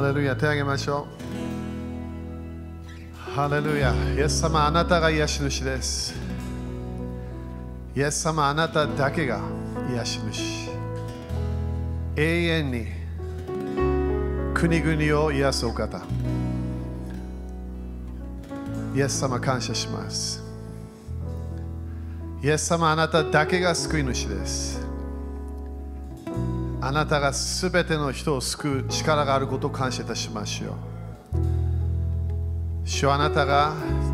レルヤ、手を挙げましょう。ハレルヤ、イエス様、あなたが癒し主です。イエス様、あなただけが癒し主。永遠に国々を癒すお方。イエス様、感謝します。イエス様、あなただけが救い主です。あなたがすべての人を救う力があることを感謝いたしましょう。主はあなたが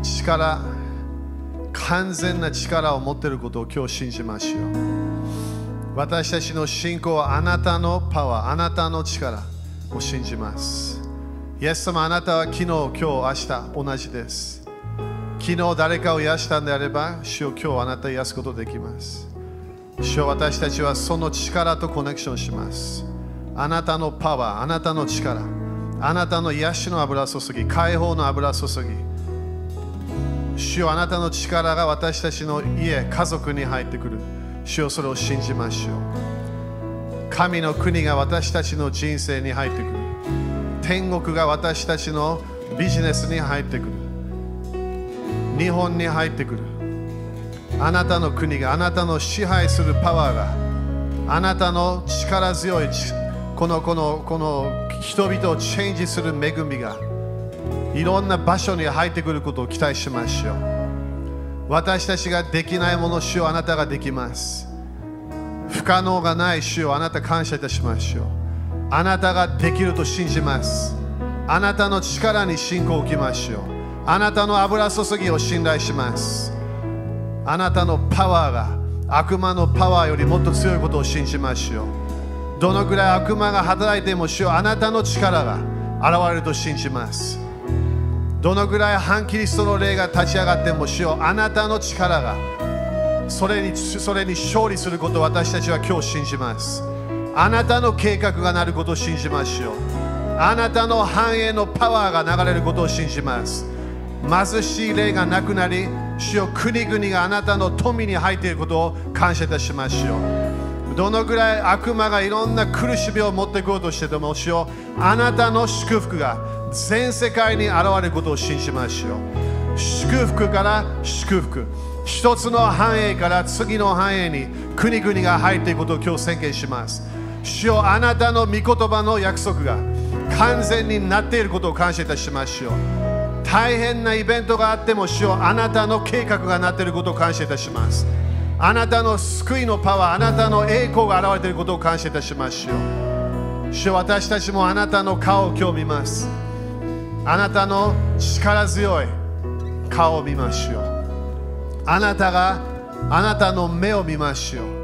完全な力を持っていることを今日信じましょう。私たちの信仰はあなたのパワー、あなたの力を信じます。イエス様、あなたは昨日、今日、明日同じです。昨日誰かを癒したんであれば、主を今日あなたを癒すことができます。主よ、私たちはその力とコネクションします。あなたのパワー、あなたの力、あなたの癒しの油注ぎ、解放の油注ぎ。主よ、あなたの力が私たちの家、家族に入ってくる。主よ、それを信じましょう。神の国が私たちの人生に入ってくる。天国が私たちのビジネスに入ってくる。日本に入ってくる。あなたの国が、あなたの支配するパワーが、あなたの力強いこの人々をチェンジする恵みがいろんな場所に入ってくることを期待しましょう。私たちができないもの、主をあなたができます。不可能がない主をあなた感謝いたしましょう。あなたができると信じます。あなたの力に信仰を置きましょう。あなたの油注ぎを信頼します。あなたのパワーが悪魔のパワーよりもっと強いことを信じましょう。どのくらい悪魔が働いても、主よ、あなたの力が現れると信じます。どのくらい反キリストの霊が立ち上がっても、主よ、あなたの力がそれに勝利することを私たちは今日信じます。あなたの計画がなることを信じましょう。あなたの繁栄のパワーが流れることを信じます。貧しい霊がなくなり、主よ、国々があなたの富に入っていることを感謝いたしましょう。どのくらい悪魔がいろんな苦しみを持っていこうとしても、主よ、あなたの祝福が全世界に現れることを信じましょう。祝福から祝福、一つの繁栄から次の繁栄に国々が入っていくことを今日宣言します。主よ、あなたの御言葉の約束が完全になっていることを感謝いたしましょう。大変なイベントがあっても、主よ、あなたの計画がなっていることを感謝いたします。あなたの救いのパワー、あなたの栄光が現れていることを感謝いたしましょう。主よ、私たちもあなたの顔を今日見ます。あなたの力強い顔を見ましょう。あなたの目を見ましょう。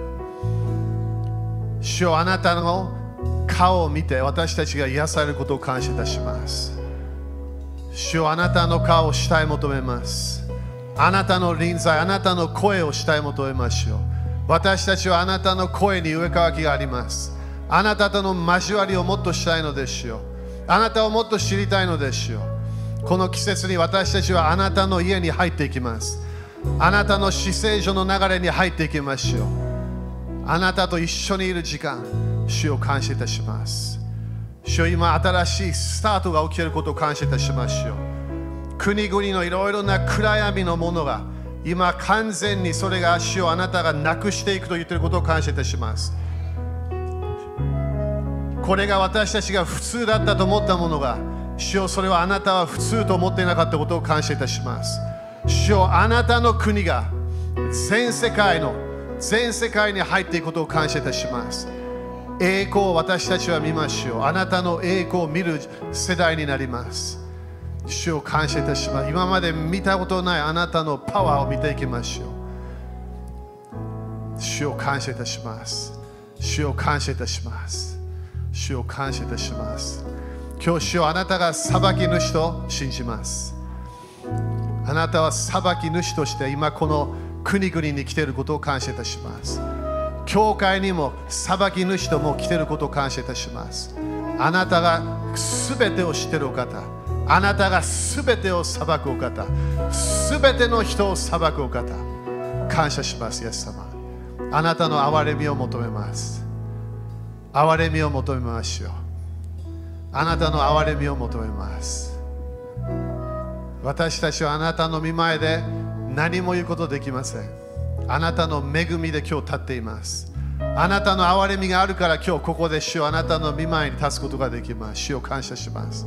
主よ、あなたの顔を見て私たちが癒されることを感謝いたします。主よ、あなたの顔を慕い求めます。あなたの臨在、あなたの声を慕い求めましょう。私たちはあなたの声に上かきがあります。あなたとの交わりをもっとしたいのでしょう。あなたをもっと知りたいのでしょう。この季節に私たちはあなたの家に入っていきます。あなたの至聖所の流れに入っていきましょう。あなたと一緒にいる時間、主を感謝いたします。主よ、今新しいスタートが起きていることを感謝いたしましょう。国々のいろいろな暗闇のものが今完全にそれが主をあなたがなくしていくと言っていることを感謝いたします。これが私たちが普通だったと思ったものが、主よ、それはあなたは普通と思っていなかったことを感謝いたします。主よ、あなたの国が全世界に入っていくことを感謝いたします。栄光を私たちは見ましょう。あなたの栄光を見る世代になります。主を感謝いたします。今まで見たことないあなたのパワーを見ていきましょう。主を感謝いたします。主を感謝いたします。主を感謝いたします。今日、主をあなたが裁き主と信じます。あなたは裁き主として今この国々に来ていることを感謝いたします。教会にも裁き主とも来ていることを感謝いたします。あなたが全てを知っているお方、あなたが全てを裁くお方、全ての人を裁くお方、感謝します。イエス様、あなたの憐れみを求めます。憐れみを求めましょう。 あなたの憐れみを求めます。私たちはあなたの御前で何も言うことできません。あなたの恵みで今日立っています。あなたの憐れみがあるから今日ここで主よあなたの御前に立つことができます。主を感謝します。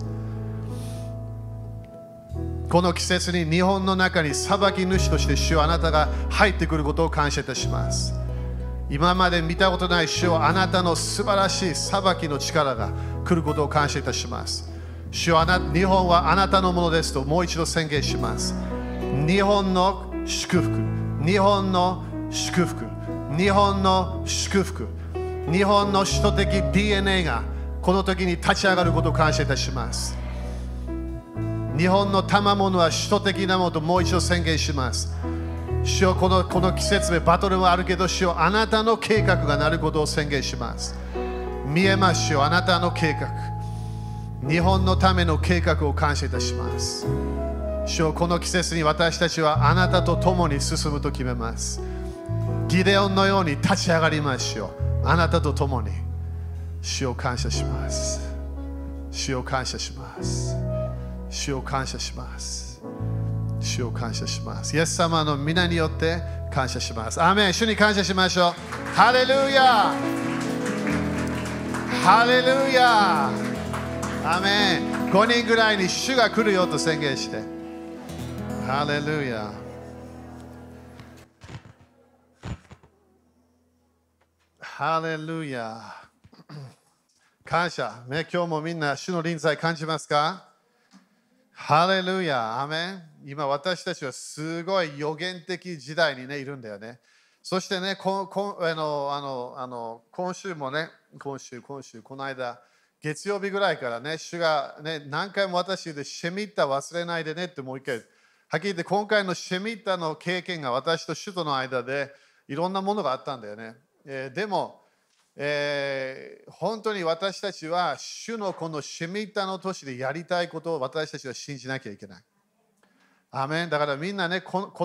この季節に日本の中に裁き主として主よあなたが入ってくることを感謝いたします。今まで見たことない主よあなたの素晴らしい裁きの力が来ることを感謝いたします。主よ日本はあなたのものですともう一度宣言します。日本の祝福、日本の祝福、日本の祝福、日本の首都的 DNA がこの時に立ち上がることを感謝いたします。日本の賜物は首都的なものともう一度宣言します。主よこの季節でバトルもあるけど、主よあなたの計画がなることを宣言します。見えますよ、あなたの計画。日本のための計画を感謝いたします。主よこの季節に私たちはあなたと共に進むと決めます。ギデオンのように立ち上がりましょう。あなたと共に。主を感謝します。主を感謝します。主を感謝します。主を感謝します。イエス様の皆によって感謝します。アーメン。主に感謝しましょう。ハレルヤ。ハレルヤ。アーメン。5人ぐらいに主が来るよと宣言して。ハレルヤ。ハレルヤ。感謝。ね、今日もみんな主の臨在感じますか？ハレルヤ。アメン。今私たちはすごい予言的時代に、ね、いるんだよね。そしてね、今週もね、この間、月曜日ぐらいからね、主が、ね、何回も私でシェミッタ忘れないでねってもう一回、はっきり言って今回のシェミッタの経験が私と主との間でいろんなものがあったんだよね。でも、本当に私たちは主のこのシェミッタの年でやりたいことを私たちは信じなきゃいけない。アメン。だからみんなね、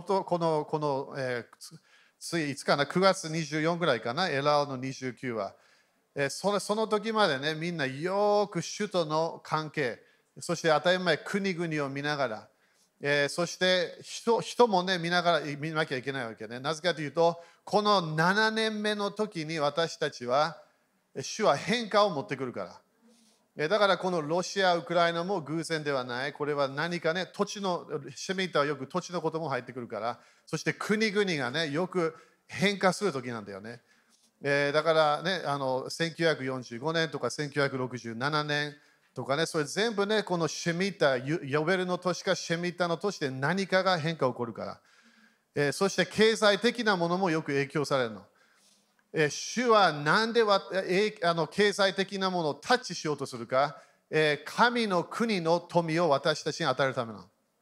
ついいつかな、9月24ぐらいかな、エラーの29は。その時までね、みんなよく主との関係、そして当たり前国々を見ながら、そして人もね、見なきゃいけないわけね。なぜかというと、この7年目の時に私たちは、主は変化を持ってくるから。だからこのロシア、ウクライナも偶然ではない。これは何かね、土地の、シェミッタはよく土地のことも入ってくるから、そして国々がね、よく変化する時なんだよね。だからね、1945年とか1967年とかね、それ全部ね、このシェミッタ、ヨベルの年かシェミッタの年で何かが変化起こるから。そして経済的なものもよく影響されるの。主は何で経済的なものをタッチしようとするか、神の国の富を私たちに与えるためなの。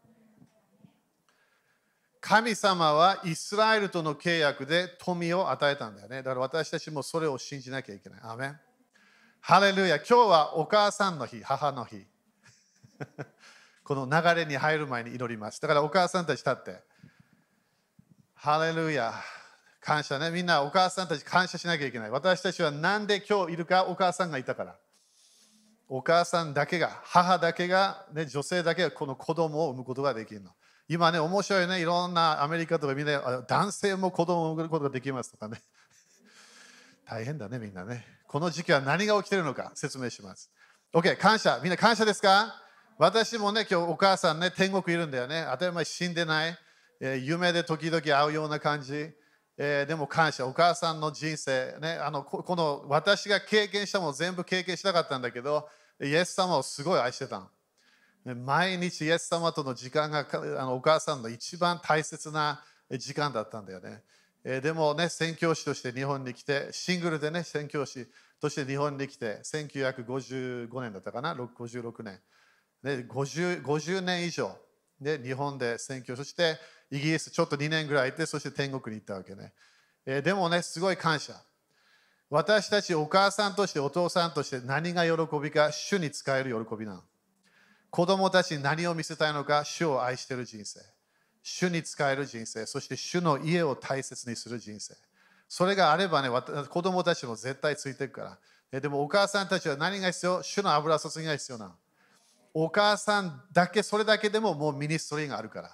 神様はイスラエルとの契約で富を与えたんだよね。だから私たちもそれを信じなきゃいけない。アメン。ハレルヤ。今日はお母さんの日、母の日。この流れに入る前に祈ります。だからお母さんたち立って。ハレルヤ。感謝ね。みんなお母さんたち感謝しなきゃいけない。私たちはなんで今日いるか、お母さんがいたから。お母さんだけが、母だけが、ね、女性だけがこの子供を産むことができるの。今ね、面白いね。いろんなアメリカとかみんな男性も子供を産むことができますとかね。大変だね、みんなね。この時期は何が起きているのか説明します。OK、感謝。みんな感謝ですか？私もね、今日お母さんね、天国いるんだよね。当たり前死んでない。夢で時々会うような感じ。でも感謝。お母さんの人生、ね、この私が経験したもの全部経験したかったんだけど、イエス様をすごい愛してたの。毎日イエス様との時間がお母さんの一番大切な時間だったんだよね。でもね、宣教師として日本に来て、シングルでね、宣教師として日本に来て、1955年だったかな、56年。50年以上、ね、日本で宣教、そしてイギリスちょっと2年ぐらいいて、そして天国に行ったわけね。でもね、すごい感謝。私たちお母さんとしてお父さんとして何が喜びか、主に使える喜びなの。子供たちに何を見せたいのか、主を愛している人生。主に使える人生。そして主の家を大切にする人生。それがあればね、子供たちも絶対ついていくから。 でもお母さんたちは何が必要？主の油注ぎが必要なの。お母さんだけ、それだけでももうミニストリーがあるから。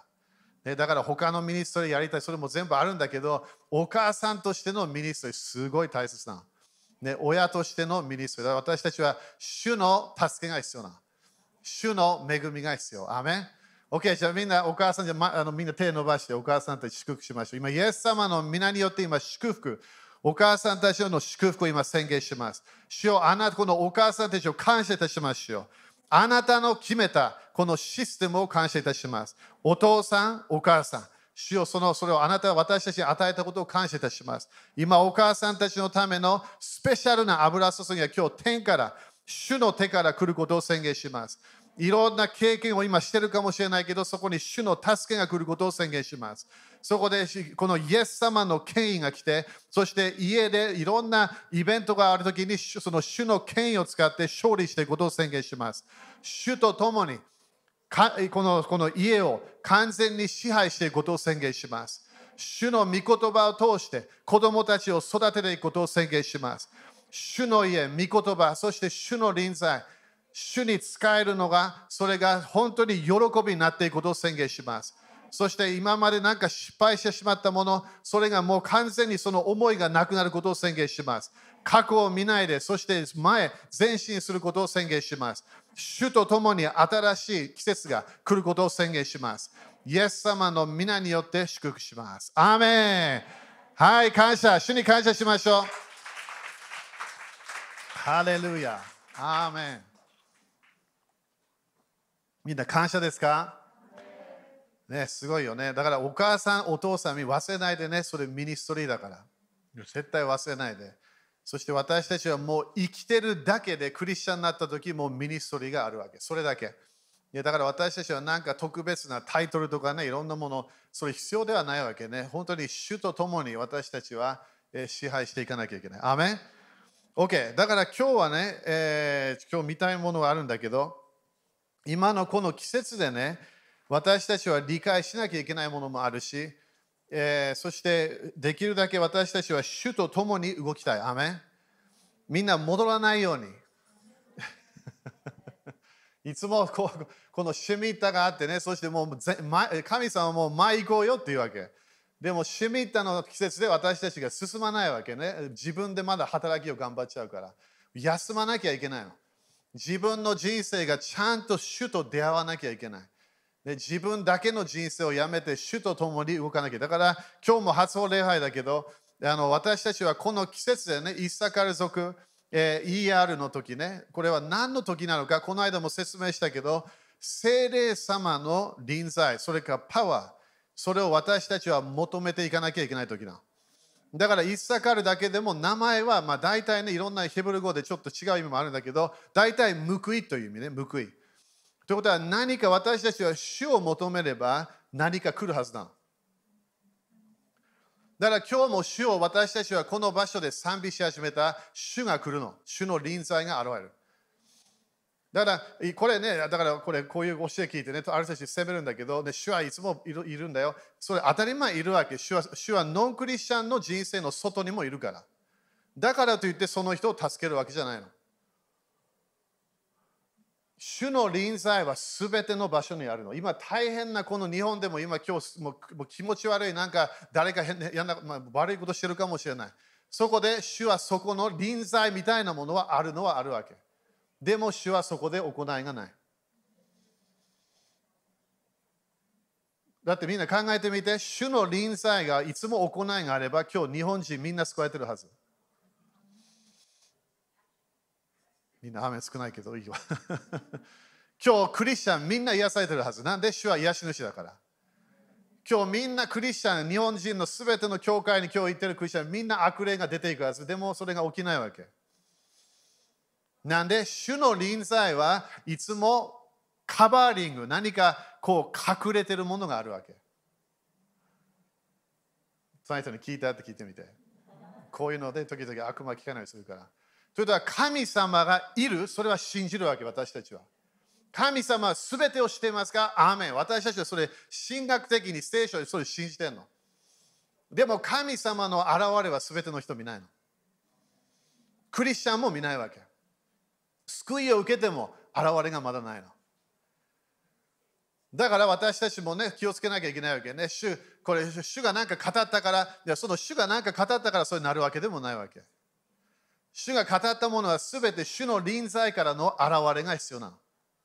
だから他のミニストリーやりたい、それも全部あるんだけど、お母さんとしてのミニストリーすごい大切なの。親としてのミニストリー。私たちは主の助けが必要なの。主の恵みが必要。アーメン。OK、じゃあみんなお母さんじゃ、みんな手を伸ばしてお母さんたち祝福しましょう。今、イエス様の皆によって今祝福。お母さんたちの祝福を今宣言します。主よ、あなたこのお母さんたちを感謝いたしますよ。あなたの決めたこのシステムを感謝いたします。お父さん、お母さん。主よ、それをあなたは私たちに与えたことを感謝いたします。今、お母さんたちのためのスペシャルな油注ぎが今日天から、主の手から来ることを宣言します。いろんな経験を今しているかもしれないけど、そこに主の助けが来ることを宣言します。そこでこのイエス様の権威が来て、そして家でいろんなイベントがあるときに、その主の権威を使って勝利していくことを宣言します。主と共にこの家を完全に支配していくことを宣言します。主の御言葉を通して子供たちを育てていくことを宣言します。主の家、御言葉、そして主の臨在、主に使えるのが、それが本当に喜びになっていくことを宣言します。そして今までなんか失敗してしまったもの、それがもう完全にその思いがなくなることを宣言します。過去を見ないで、そして前進することを宣言します。主と共に新しい季節が来ることを宣言します。イエス様の皆によって祝福します。アーメン。はい、感謝。主に感謝しましょう。ハレルヤ。アーメン。みんな感謝ですか？ね、すごいよね。だからお母さん、お父さんに忘れないでね、それミニストリーだから。絶対忘れないで。そして私たちはもう生きてるだけでクリスチャンになった時もうミニストリーがあるわけ。それだけ。だから私たちはなんか特別なタイトルとかね、いろんなもの、それ必要ではないわけね。本当に主と共に私たちは支配していかなきゃいけない。アーメン。OK。だから今日はね、今日見たいものがあるんだけど、今のこの季節でね、私たちは理解しなきゃいけないものもあるし、そしてできるだけ私たちは主と共に動きたい。アメン。みんな戻らないように。いつもこのシュミッタがあってね、そしてもう神様はもう前行こうよっていうわけ。でもシュミッタの季節で私たちが進まないわけね。自分でまだ働きを頑張っちゃうから。休まなきゃいけないの。自分の人生がちゃんと主と出会わなきゃいけない。で自分だけの人生をやめて主と共に動かなきゃ。だから今日も初礼拝だけど、私たちはこの季節でね、イッサカル族、ER の時ね、これは何の時なのか、この間も説明したけど、聖霊様の臨在、それからパワー、それを私たちは求めていかなきゃいけない時なの。だからイッサカルだけでも名前は大体ね、いろんなヘブル語でちょっと違う意味もあるんだけど、大体報いという意味ね、報い。ということは何か私たちは主を求めれば何か来るはずだ。だから今日も主を私たちはこの場所で賛美し始めた主が来るの。主の臨在が現れる。だからこれね、だからこういう教え聞いてね、ある人たち責めるんだけど、主はいつもいるんだよ。それ当たり前いるわけ。主はノンクリスチャンの人生の外にもいるから。だからといってその人を助けるわけじゃないの。主の臨在はすべての場所にあるの。今大変なこの日本でも今もう気持ち悪いなんか誰か悪いことしてるかもしれない。そこで主はそこの臨在みたいなものはあるわけ。でも主はそこで行いがない。だってみんな考えてみて、主の臨在がいつも行いがあれば今日日本人みんな救われてるはず。みんな雨少ないけどいいわ。今日クリスチャンみんな癒されてるはず。なんで主は癒し主だから。今日みんなクリスチャン、日本人のすべての教会に今日行ってるクリスチャンみんな悪霊が出ていくはず。でもそれが起きないわけ。なんで主の臨在はいつもカバーリング、何かこう隠れてるものがあるわけ。その人に聞いたって聞いてみて。こういうので時々悪魔聞かないようにするから。ということは神様がいる、それは信じるわけ、私たちは。神様は全てを知っていますか？アーメン。私たちはそれ、神学的に聖書でそれ信じてるの。でも神様の現れは全ての人見ないの。 クリスチャンも見ないわけ。救いを受けても現れがまだないの。だから私たちもね、気をつけなきゃいけないわけね。主が何か語ったから、いやその主が何か語ったからそうなるわけでもないわけ。主が語ったものはすべて主の臨在からの現れが必要なの。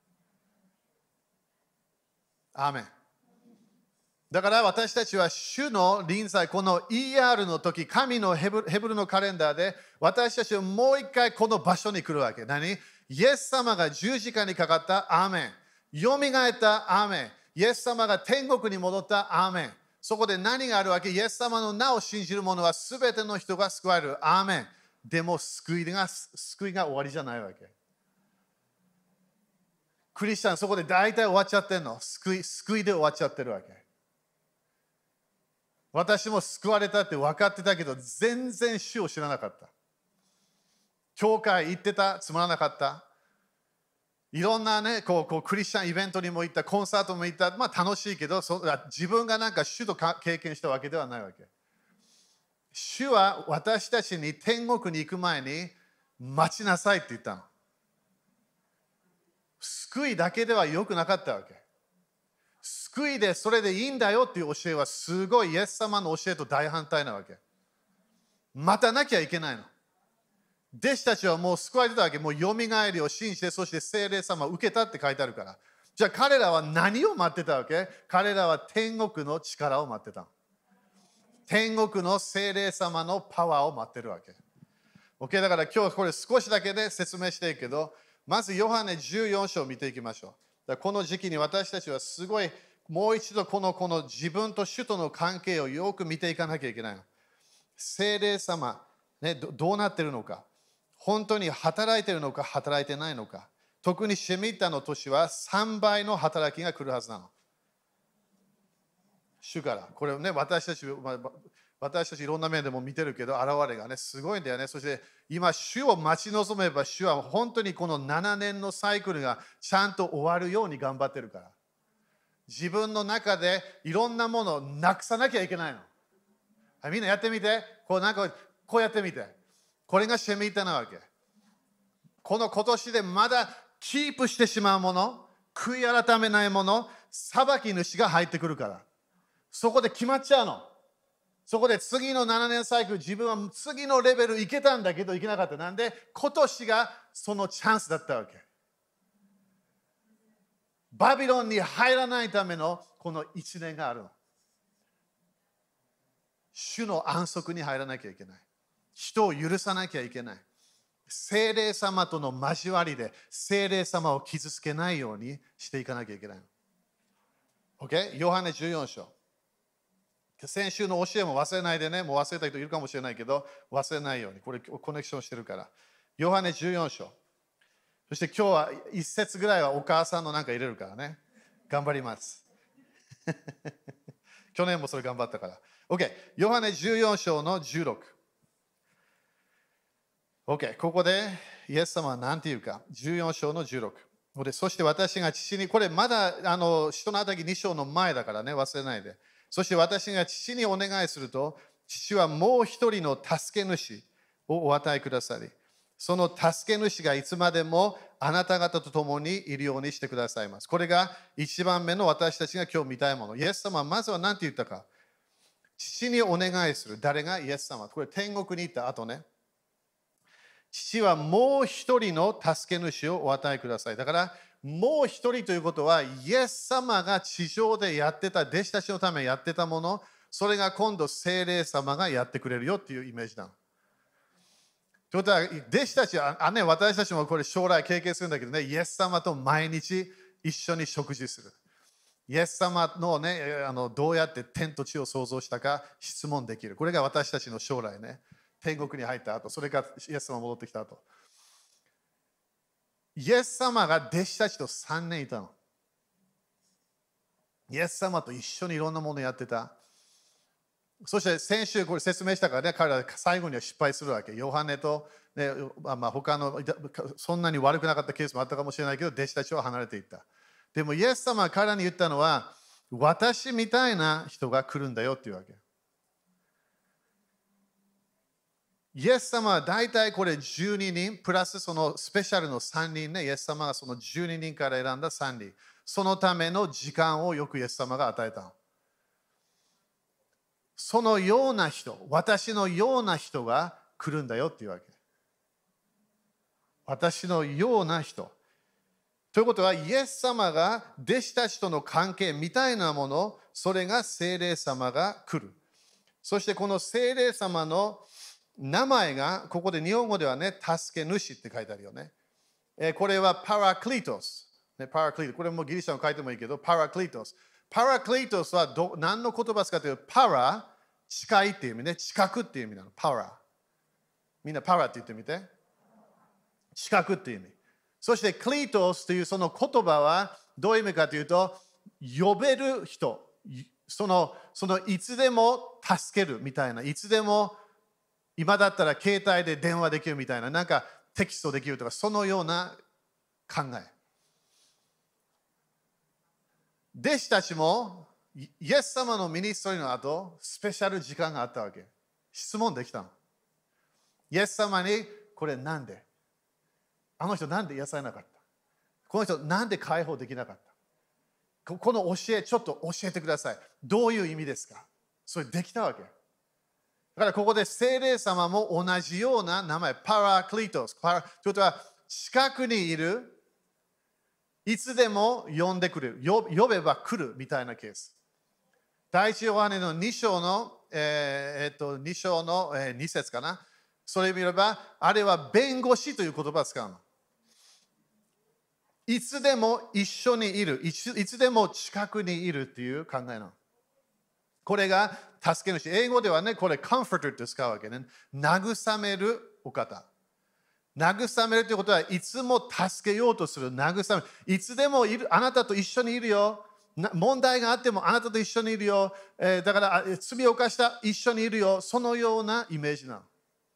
アーメン。だから私たちは主の臨在、この ER の時、神のヘブルのカレンダーで、私たちはもう一回この場所に来るわけ。何？イエス様が十字架にかかったアーメン。よみがえったアーメン。イエス様が天国に戻ったアーメン。そこで何があるわけ？イエス様の名を信じる者はすべての人が救われる。アーメン。でも救いが終わりじゃないわけ。クリスチャンそこで大体終わっちゃってるの。救いで終わっちゃってるわけ。私も救われたって分かってたけど、全然主を知らなかった。教会行ってた、つまらなかった。いろんなね、クリスチャンイベントにも行った、コンサートも行った、まあ楽しいけど、自分がなんか主と経験したわけではないわけ。主は私たちに天国に行く前に待ちなさいって言ったの。救いだけでは良くなかったわけ。救いでそれでいいんだよっていう教えはすごいイエス様の教えと大反対なわけ。待たなきゃいけないの。弟子たちはもう救われてたわけ。もうよみがえりを信じて、そして聖霊様を受けたって書いてあるから。じゃあ彼らは何を待ってたわけ？彼らは天国の力を待ってた。天国の聖霊様のパワーを待ってるわけ。OK、だから今日これ少しだけで説明していくけど、まずヨハネ14章を見ていきましょう。だからこの時期に私たちはすごいもう一度この自分と主との関係をよく見ていかなきゃいけないの。聖霊様、ね、どうなってるのか。本当に働いてるのか働いてないのか。特にシェミッタの年は3倍の働きが来るはずなの。主から。これね、私たちいろんな面でも見てるけど、現れがね、すごいんだよね。そして今、主を待ち望めば、主は本当にこの7年のサイクルがちゃんと終わるように頑張ってるから。自分の中でいろんなものをなくさなきゃいけないの。みんなやってみて。こうやってみて。これがシェミッタなわけ。この今年でまだキープしてしまうもの、悔い改めないもの、裁き主が入ってくるから。そこで決まっちゃうの。そこで次の7年サイクル、自分は次のレベル行けたんだけど行けなかった。なんで今年がそのチャンスだったわけ。バビロンに入らないためのこの1年があるの。主の安息に入らなきゃいけない。人を許さなきゃいけない。聖霊様との交わりで聖霊様を傷つけないようにしていかなきゃいけないの。OK？ ヨハネ14章。先週の教えも忘れないでね。もう忘れた人いるかもしれないけど、忘れないように。これコネクションしてるから。ヨハネ14章。そして今日は一節ぐらいはお母さんのなんか入れるからね。頑張ります。去年もそれ頑張ったから。OK。ヨハネ14章の16。OK。ここでイエス様は何て言うか。14章の16。そして私が父に、これまだ使徒の働き2章の前だからね。忘れないで。そして私が父にお願いすると、父はもう一人の助け主をお与えくださり、その助け主がいつまでもあなた方と共にいるようにしてくださいます。これが一番目の私たちが今日見たいもの。イエス様はまずは何て言ったか。父にお願いする。誰がイエス様。これ天国に行った後ね。父はもう一人の助け主をお与えください。だからもう一人ということは、イエス様が地上でやってた、弟子たちのためにやってたもの、それが今度聖霊様がやってくれるよっていうイメージなの。ということは、弟子たちは、私たちもこれ将来経験するんだけどね、イエス様と毎日一緒に食事する。イエス様のね、どうやって天と地を創造したか質問できる。これが私たちの将来ね、天国に入った後、それからイエス様が戻ってきた後。イエス様が弟子たちと3年いたの。イエス様と一緒にいろんなものをやってた。そして先週これ説明したからね、彼ら最後には失敗するわけ。ヨハネと、ね、他のそんなに悪くなかったケースもあったかもしれないけど、弟子たちは離れていった。でもイエス様は彼らに言ったのは、私みたいな人が来るんだよっていうわけ。 イエス様は大体これ12人、プラスそのスペシャルの3人ね、イエス様がその12人から選んだ3人。そのための時間をよくイエス様が与えたの。そのような人、私のような人が来るんだよっていうわけ。私のような人。ということは、イエス様が弟子たちとの関係みたいなもの、それが聖霊様が来る。そしてこの聖霊様の名前が、ここで日本語ではね、助け主って書いてあるよね。これはパラクリトス。パラクリトス。これもギリシャの書いてもいいけど、パラクリトス。パラクリトスは何の言葉ですかというと、パラ、近いっていう意味ね、近くっていう意味なの。パラ。みんなパラって言ってみて。近くっていう意味。そしてクリトスというその言葉はどういう意味かというと、呼べる人。そのいつでも助けるみたいな、いつでも今だったら携帯で電話できるみたいな、なんかテキストできるとか、そのような考え。弟子たちもイエス様のミニストリーの後、スペシャル時間があったわけ。質問できたの。イエス様に、これなんで？あの人なんで癒されなかった？この人なんで解放できなかった？この教え、ちょっと教えてください。どういう意味ですか？それできたわけ。だからここで聖霊様も同じような名前、パラクリトス。ということは、近くにいる、いつでも呼んでくれる。呼べば来るみたいなケース。第一ヨハネの2章の、2章の、2節かな。それを見れば、あれは弁護士という言葉を使うの。いつでも一緒にいる、いつでも近くにいるっていう考えなの。これが助け主。英語ではね、これ comforter って使うわけね。慰めるお方。慰めるということは、いつも助けようとする。慰め。いつでもいる、あなたと一緒にいるよ。問題があってもあなたと一緒にいるよ。だから罪を犯した一緒にいるよ。そのようなイメージなの。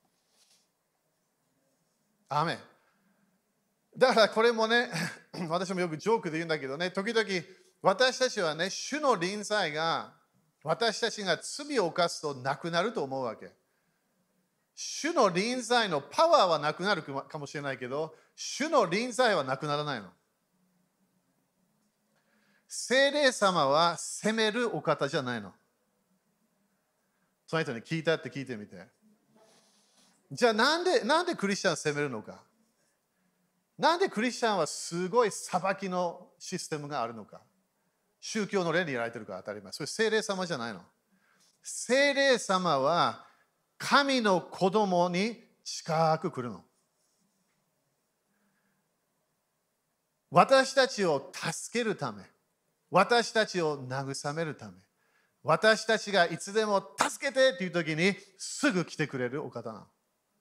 アーメン。だからこれもね、私もよくジョークで言うんだけどね、時々私たちはね、主の臨在が私たちが罪を犯すとなくなると思うわけ。主の臨在のパワーはなくなるかもしれないけど、主の臨在はなくならないの。聖霊様は責めるお方じゃないの。その人に聞いたって聞いてみて。じゃあなんでクリスチャンを責めるのか。なんでクリスチャンはすごい裁きのシステムがあるのか。宗教の例にやられてるから当たり前。それ聖霊様じゃないの。聖霊様は神の子供に近く来るの。私たちを助けるため、私たちを慰めるため、私たちがいつでも助けてっていう時にすぐ来てくれるお方なの。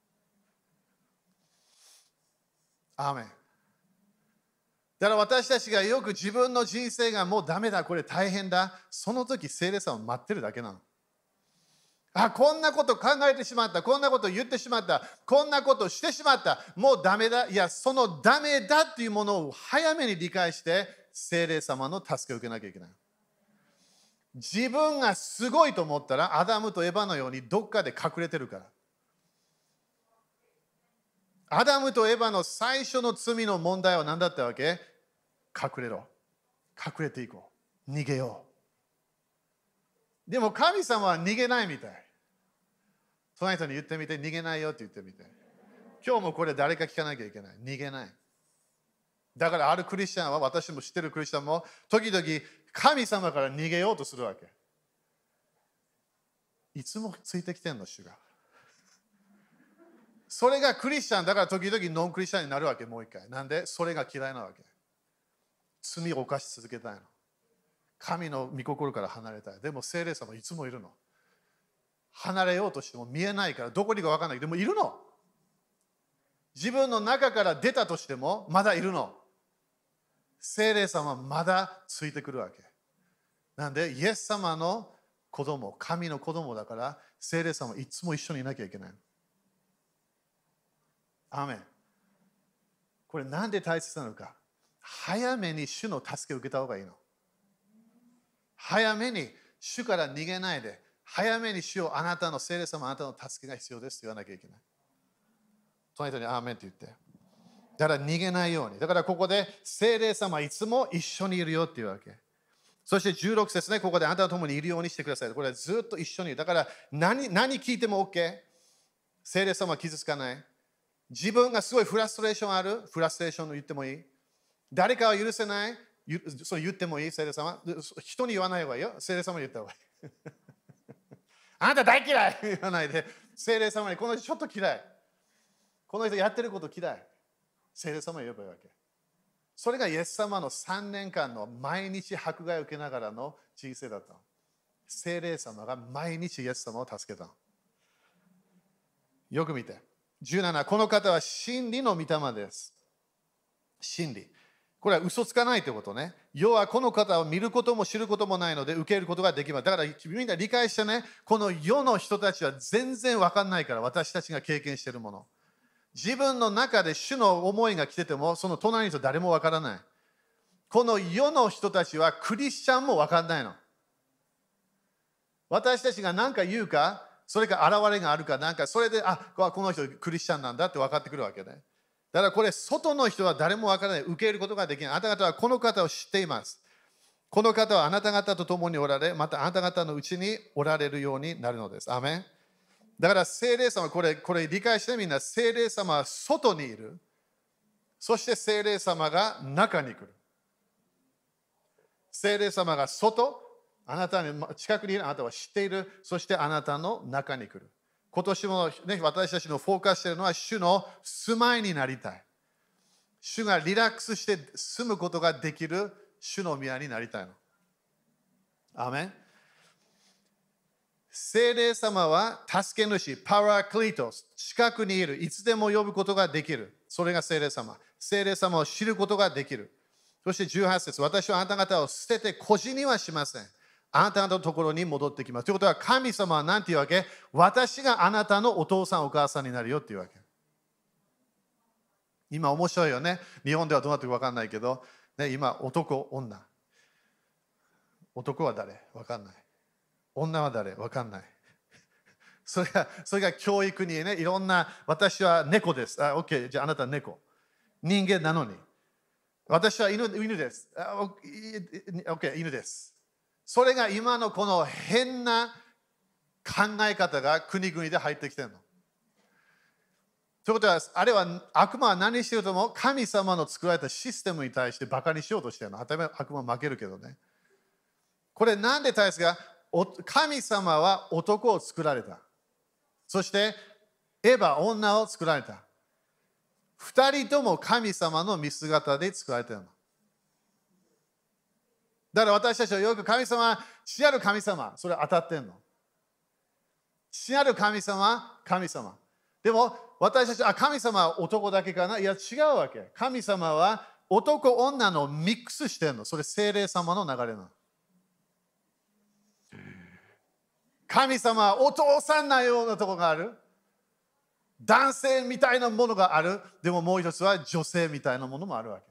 アーメン。だから私たちがよく自分の人生がもうダメだ、これ大変だ、その時聖霊様を待ってるだけなの。あ、こんなこと考えてしまった、こんなこと言ってしまった、こんなことしてしまった、もうダメだ。いや、そのダメだっていうものを早めに理解して聖霊様の助けを受けなきゃいけない。自分がすごいと思ったらアダムとエバのようにどっかで隠れてるから。アダムとエバの最初の罪の問題は何だったわけ？隠れろ。隠れていこう。逃げよう。でも神様は逃げないみたい。その人に言ってみて、逃げないよって言ってみて。今日もこれ誰か聞かなきゃいけない。逃げない。だからあるクリスチャンは、私も知ってるクリスチャンも、時々神様から逃げようとするわけ。いつもついてきてんの、主が。それがクリスチャンだから時々ノンクリスチャンになるわけ、もう一回。なんでそれが嫌いなわけ。罪を犯し続けたいの。神の御心から離れたい。でも聖霊様いつもいるの。離れようとしても見えないからどこにか分からない。でもいるの。自分の中から出たとしてもまだいるの。聖霊様はまだついてくるわけ。なんでイエス様の子供、神の子供だから聖霊様はいつも一緒にいなきゃいけない。アーメン。これなんで大切なのか。早めに主の助けを受けた方がいいの。早めに主から逃げないで、 早めに主よ、あなたの聖霊様、あなたの助けが必要ですと言わなきゃいけない。隣人にアーメンって言って。だから逃げないように。だからここで聖霊様いつも一緒にいるよっていうわけ。そして16節ね、ここであなたと共にいるようにしてください。これはずっと一緒にいる。だから何聞いても OK。聖霊様は傷つかない。自分がすごいフラストレーションある。フラストレーションを言ってもいい。誰かは許せない。それ言ってもいい、聖霊様。人に言わない方がいいよ。聖霊様に言った方がいい。あなた大嫌い言わないで。聖霊様にこの人ちょっと嫌い。この人やってること嫌い。聖霊様に言えばいいわけ。それがイエス様の3年間の毎日迫害を受けながらの人生だった。聖霊様が毎日イエス様を助けた。よく見て。17、この方は真理の御霊です。真理。これは嘘つかないということね。要はこの方を見ることも知ることもないので受けることができます。だからみんな理解してね、この世の人たちは全然分かんないから、私たちが経験しているもの。自分の中で主の思いが来てても、その隣の人誰も分からない。この世の人たちはクリスチャンも分かんないの。私たちが何か言うか、それか現れがあるかなんか、それで、この人クリスチャンなんだって分かってくるわけね。だからこれ、外の人は誰も分からない。受け入れることができない。あなた方はこの方を知っています。この方はあなた方と共におられ、またあなた方のうちにおられるようになるのです。アメン。だから聖霊様、これ理解してみんな、聖霊様は外にいる。そして聖霊様が中に来る。聖霊様が外、あなたに近くにいる、あなたは知っている。そしてあなたの中に来る。今年も、ね、私たちのフォーカスしているのは主の住まいになりたい。主がリラックスして住むことができる主の宮になりたいの。アメン。聖霊様は助け主、パラクリトス、近くにいる、いつでも呼ぶことができる。それが聖霊様。聖霊様を知ることができる。そして18節、私はあなた方を捨てて孤児にはしません。あなた方のところに戻ってきます。ということは、神様は何て言うわけ？私があなたのお父さん、お母さんになるよっていうわけ。今面白いよね。日本ではどうなってるか分かんないけど、ね、今、男、女。男は誰？分かんない。女は誰？分かんない。それが教育にね、いろんな、私は猫です。OK、じゃああなたは猫。人間なのに。私は犬です。OK、犬です。それが今のこの変な考え方が国々で入ってきてるの。ということは、あれは悪魔は何してるとも神様の作られたシステムに対してバカにしようとしてるの。当たり前悪魔は負けるけどね。これなんで大切か？神様は男を作られた。そしてエヴァ、女を作られた。二人とも神様の見姿で作られているの。だから私たちはよく神様、父なる神様、それ当たってるの。父なる神様、神様。でも私たちは神様は男だけかな？いや違うわけ。神様は男、女のミックスしてるの。それ聖霊様の流れなの。神様はお父さんなようなところがある。男性みたいなものがある。でももう一つは女性みたいなものもあるわけ。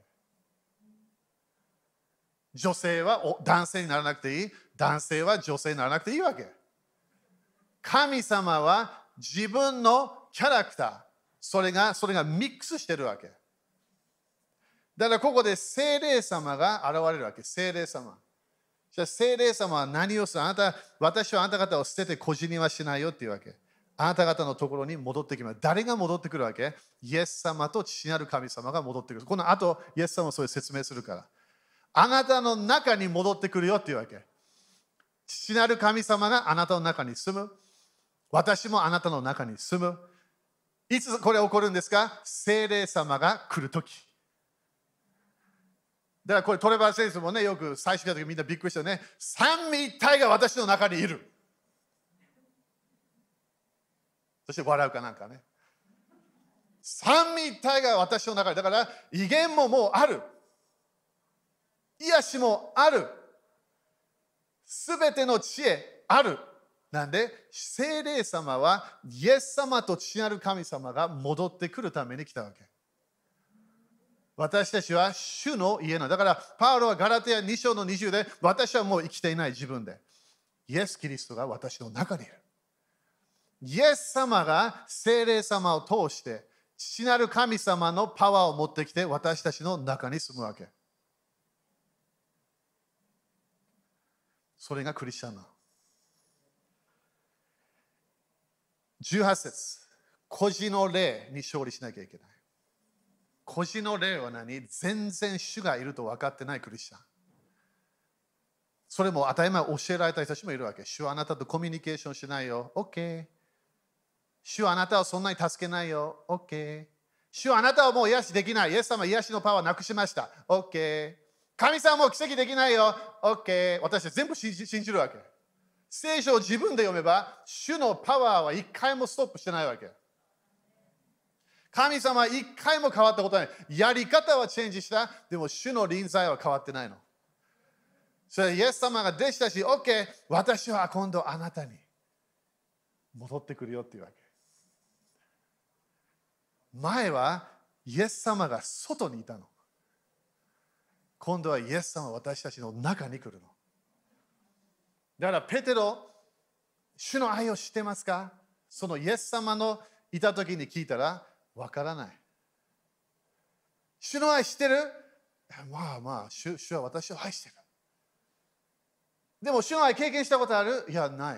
女性は男性にならなくていい。男性は女性にならなくていいわけ。神様は自分のキャラクター、それがミックスしてるわけ。だからここで聖霊様が現れるわけ。聖霊様。じゃあ聖霊様は何をする？私はあなた方を捨てて孤児にはしないよっていうわけ。あなた方のところに戻ってきます。誰が戻ってくるわけ？イエス様と父なる神様が戻ってくる。この後、イエス様はそれ説明するから。あなたの中に戻ってくるよっていうわけ。父なる神様があなたの中に住む。私もあなたの中に住む。いつこれ起こるんですか？聖霊様が来るとき。だからこれトレバー先生もね、よく最初の時みんなびっくりしたね。三位一体が私の中にいる。そして笑うかなんかね。三位一体が私の中に。だから威厳ももうある。癒しもある。すべての知恵ある。なんで、聖霊様はイエス様と父なる神様が戻ってくるために来たわけ。私たちは主の家なの。だから、パウロはガラテヤ2章の20で、私はもう生きていない自分で。 イエス・キリストが私の中にいる。イエス様が聖霊様を通して、父なる神様のパワーを持ってきて、私たちの中に住むわけ。それがクリスチャンなの。18節、孤児の霊に勝利しなきゃいけない。孤児の霊は何？全然主がいると分かってないクリスチャン。それも当たり前教えられた人たちもいるわけ。主はあなたとコミュニケーションしないよ。OK。主はあなたをそんなに助けないよ。OK。主はあなたはもう癒しできない。イエス様は癒しのパワーなくしました。OK。神様も奇跡できないよ。OK。私は全部信じるわけ。聖書を自分で読めば、主のパワーは一回もストップしてないわけ。神様は一回も変わったことない。やり方はチェンジした。でも主の臨在は変わってないの。それでイエス様が弟子たち、OK、私は今度あなたに戻ってくるよっていうわけ。前はイエス様が外にいたの。今度はイエス様は私たちの中に来るの。だからペテロ、主の愛を知ってますか？そのイエス様のいた時に聞いたら、わからない。主の愛知ってる？まあ、主は私を愛してる。でも主の愛経験したことある？いや、ない。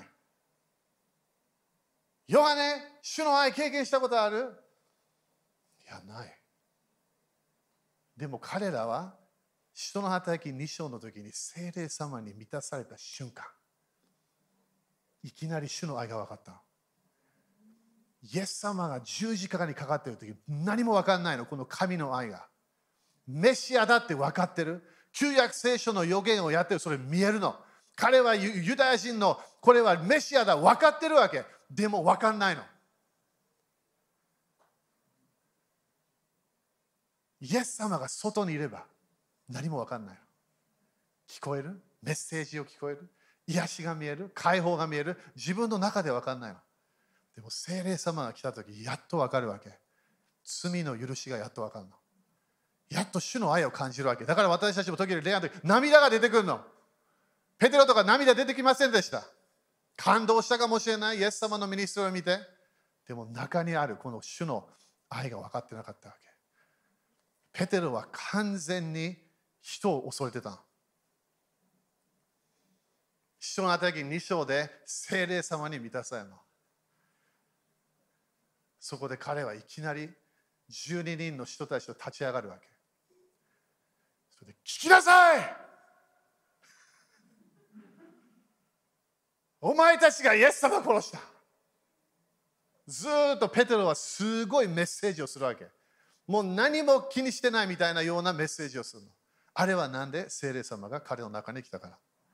ヨハネ、主の愛経験したことある？いや、ない。でも彼らは、使徒の働き2章の時に聖霊様に満たされた瞬間、いきなり主の愛が分かったの。イエス様が十字架にかかっている時、何も分かんないの、この神の愛が。メシアだって分かってる。旧約聖書の予言をやってる、それ見えるの。彼はユダヤ人の、これはメシアだ、分かってるわけ。でも分かんないの。イエス様が外にいれば何も分かんないの。聞こえる？メッセージを聞こえる？癒しが見える？解放が見える？自分の中で分かんないの。でも聖霊様が来たとき、やっと分かるわけ。罪の許しがやっと分かるの。やっと主の愛を感じるわけ。だから私たちも時々恋愛の時、涙が出てくるの。ペテロとか涙出てきませんでした。感動したかもしれない。イエス様のミニストリーを見て。でも中にあるこの主の愛が分かってなかったわけ。ペテロは完全に人を恐れてたの。使徒の働き2章で聖霊様に満たされるの。そこで彼はいきなり12人の人たちと立ち上がるわけ。それで聞きなさい！お前たちがイエス様を殺した。ずっとペテロはすごいメッセージをするわけ。もう何も気にしてないみたいなようなメッセージをするの。あれはなんで？聖霊様が彼の中に来たから。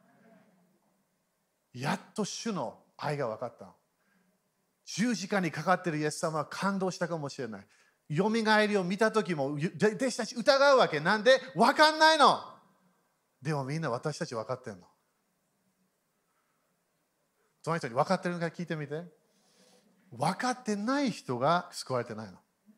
やっと主の愛が分かったの。十字架にかかっているイエス様は感動したかもしれない。よみがえりを見たときも弟子たち疑うわけ。なんで？分かんないの。でもみんな私たち分かってるの。その人に分かってるのか聞いてみて。分かってない人が救われてないの。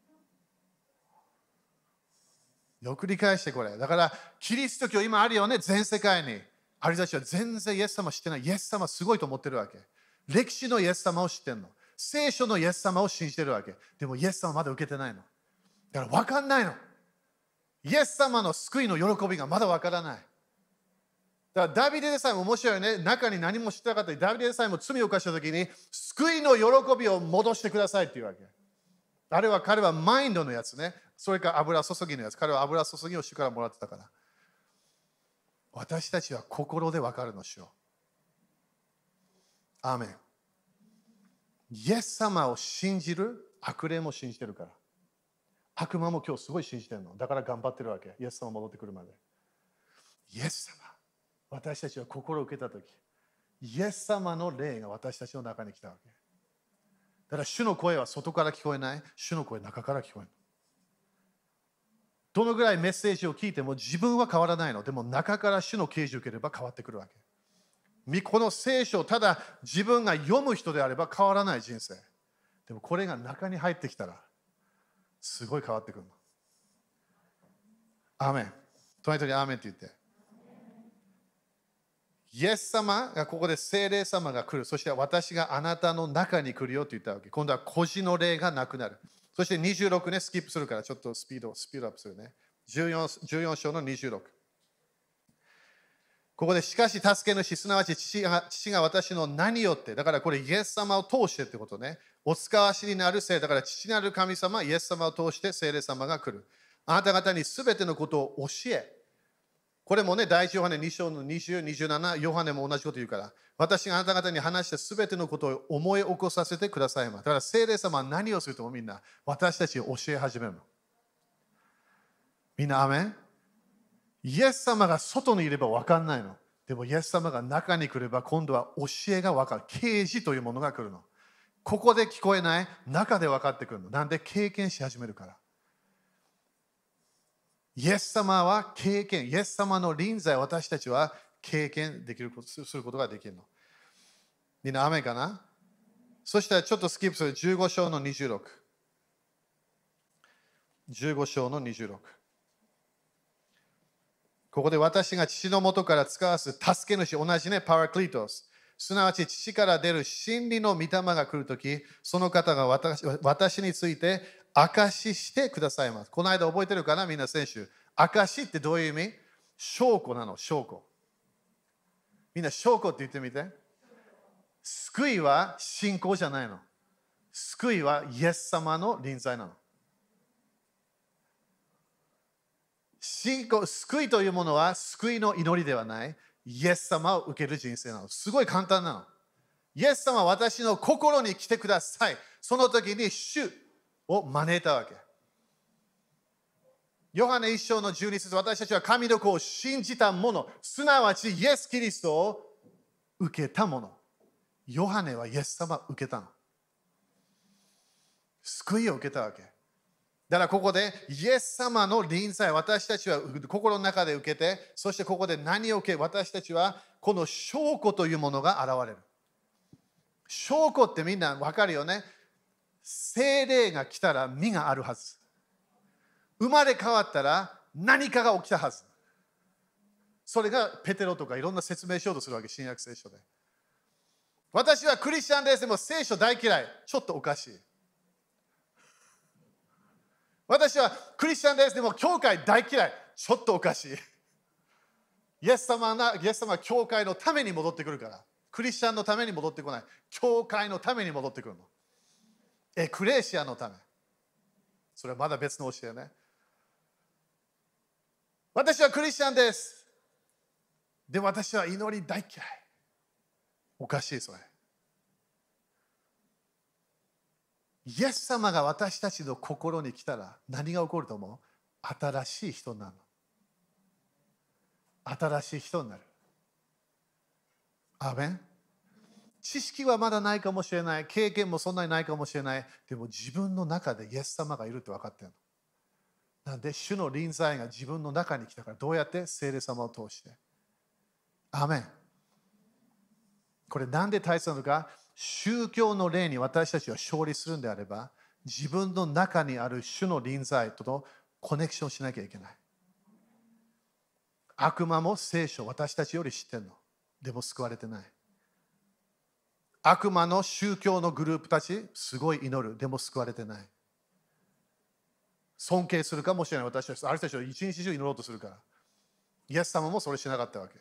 よく理解してこれ。だからキリスト教今あるよね、全世界に。ある人たちは全然イエス様知ってない。イエス様すごいと思ってるわけ。歴史のイエス様を知ってるの。聖書のイエス様を信じてるわけ。でもイエス様まだ受けてないの。だから分かんないの。イエス様の救いの喜びがまだ分からない。だからダビデでさえも面白いよね。中に何も知ってなかったり、ダビデでさえも罪を犯したときに救いの喜びを戻してくださいっていうわけ。あれは彼はマインドのやつね。それから油注ぎのやつ。彼は油注ぎを主からもらってたから。私たちは心で分かるのしよう。アーメン。イエス様を信じる悪霊も信じてるから。悪魔も今日すごい信じてるの。だから頑張ってるわけ。イエス様戻ってくるまで。イエス様。私たちは心を受けたとき、イエス様の霊が私たちの中に来たわけ。だから主の声は外から聞こえない。主の声は中から聞こえる。どのぐらいメッセージを聞いても自分は変わらないの。でも中から主の啓示を受ければ変わってくるわけ。この聖書をただ自分が読む人であれば変わらない人生。でもこれが中に入ってきたらすごい変わってくるの。アーメン。隣人にアーメンって言って。 イエス様がここで聖霊様が来る。そして私があなたの中に来るよと言ったわけ。今度は孤児の霊がなくなる。そして26ね、スキップするからちょっとスピードアップするね。14章の26。ここでしかし助け主、すなわち父が私の何よって、だからこれイエス様を通してってことね。お使わしになる聖、だから父なる神様、イエス様を通して聖霊様が来る。あなた方にすべてのことを教え。これもね、第一ヨハネ2章の20、27、ヨハネも同じこと言うから、私があなた方に話したすべてのことを思い起こさせてくださいま。だから聖霊様は何をするともみんな、私たちを教え始めるの。みんな、アメン？イエス様が外にいれば分かんないの。でもイエス様が中に来れば今度は教えが分かる。啓示というものが来るの。ここで聞こえない、中で分かってくるの。なんで経験し始めるから。イエス様は経験、イエス様の臨在、私たちは経験できるすることができるの。みんな、アメンかな？そしたらちょっとスキップする。15章の26。15章の26。ここで私が父の元から使わす助け主、同じね、パラクリトス。すなわち父から出る真理の御霊が来るとき、その方が私について証ししてくださいます。この間覚えてるかな、みんな選手。証ってどういう意味？証拠なの、証拠。みんな証拠って言ってみて。救いは信仰じゃないの。救いはイエス様の臨在なの。信仰、救いというものは救いの祈りではない。イエス様を受ける人生なの。すごい簡単なの。イエス様は私の心に来てください。その時に主を招いたわけ。ヨハネ1章の12節、私たちは神の子を信じた者、すなわちイエス・キリストを受けた者。ヨハネはイエス様を受けたの。救いを受けたわけ。だからここでイエス様の臨在、私たちは心の中で受けて、そしてここで何を受け、私たちはこの証拠というものが現れる。証拠ってみんな分かるよね。聖霊が来たら実があるはず。生まれ変わったら何かが起きたはず。それがペテロとかいろんな説明しようとするわけ、新約聖書で。私はクリスチャンです。でも聖書大嫌い。ちょっとおかしい。私はクリスチャンです。でも教会大嫌い。ちょっとおかしい。イエス様は教会のために戻ってくるから。クリスチャンのために戻ってこない。教会のために戻ってくるの。エクレシアのため。それはまだ別の教えね。私はクリスチャンです。でも私は祈り大嫌い。おかしいそれ。イエス様が私たちの心に来たら何が起こると思う？新しい人になるの。新しい人になる。アーメン。知識はまだないかもしれない。経験もそんなにないかもしれない。でも自分の中でイエス様がいるって分かってるの。なんで主の臨在が自分の中に来たから、どうやって？聖霊様を通して。アーメン。これなんで大切なのか？宗教の霊に私たちは勝利するんであれば、自分の中にある主の臨在とのコネクションしなきゃいけない。悪魔も聖書、私たちより知ってるの。でも救われてない。悪魔の宗教のグループたち、すごい祈る。でも救われてない。尊敬するかもしれない。私たち、ある人たちは一日中祈ろうとするから。イエス様もそれしなかったわけ。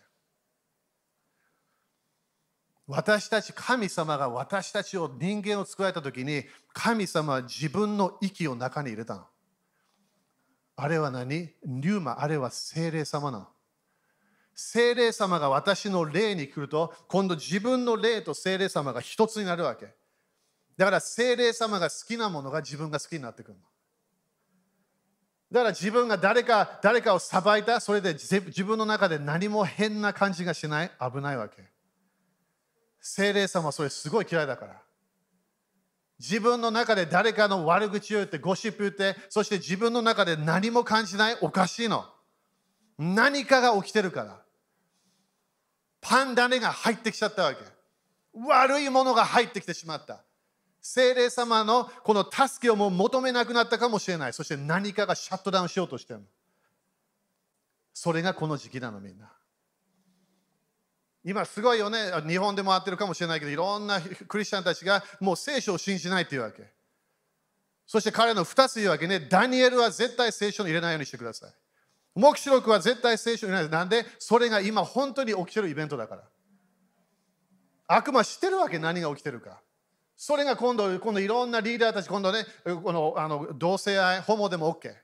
私たち、神様が私たちを人間を作られたときに、神様は自分の息を中に入れたの。あれは何？ニューマ、あれは聖霊様なの。聖霊様が私の霊に来ると、今度自分の霊と聖霊様が一つになるわけ。だから聖霊様が好きなものが自分が好きになってくるの。だから自分が誰かを裁いた、それで自分の中で何も変な感じがしない、危ないわけ。聖霊様はそれすごい嫌いだから。自分の中で誰かの悪口を言って、ゴシップ言って、そして自分の中で何も感じない、おかしいの。何かが起きてるから。パンダネが入ってきちゃったわけ。悪いものが入ってきてしまった。聖霊様のこの助けをもう求めなくなったかもしれない。そして何かがシャットダウンしようとしてるの。それがこの時期なの、みんな。 今すごいよね、日本でもあってるかもしれないけど、いろんなクリスチャンたちがもう聖書を信じないっていうわけ。そして彼の2つ言うわけね。ダニエルは絶対聖書に入れないようにしてください。黙示録は絶対聖書に入れない。なんでそれが今本当に起きてるイベントだから。悪魔知ってるわけ、何が起きてるか。それが今度いろんなリーダーたち、今度ね、同性愛、ホモでも OK。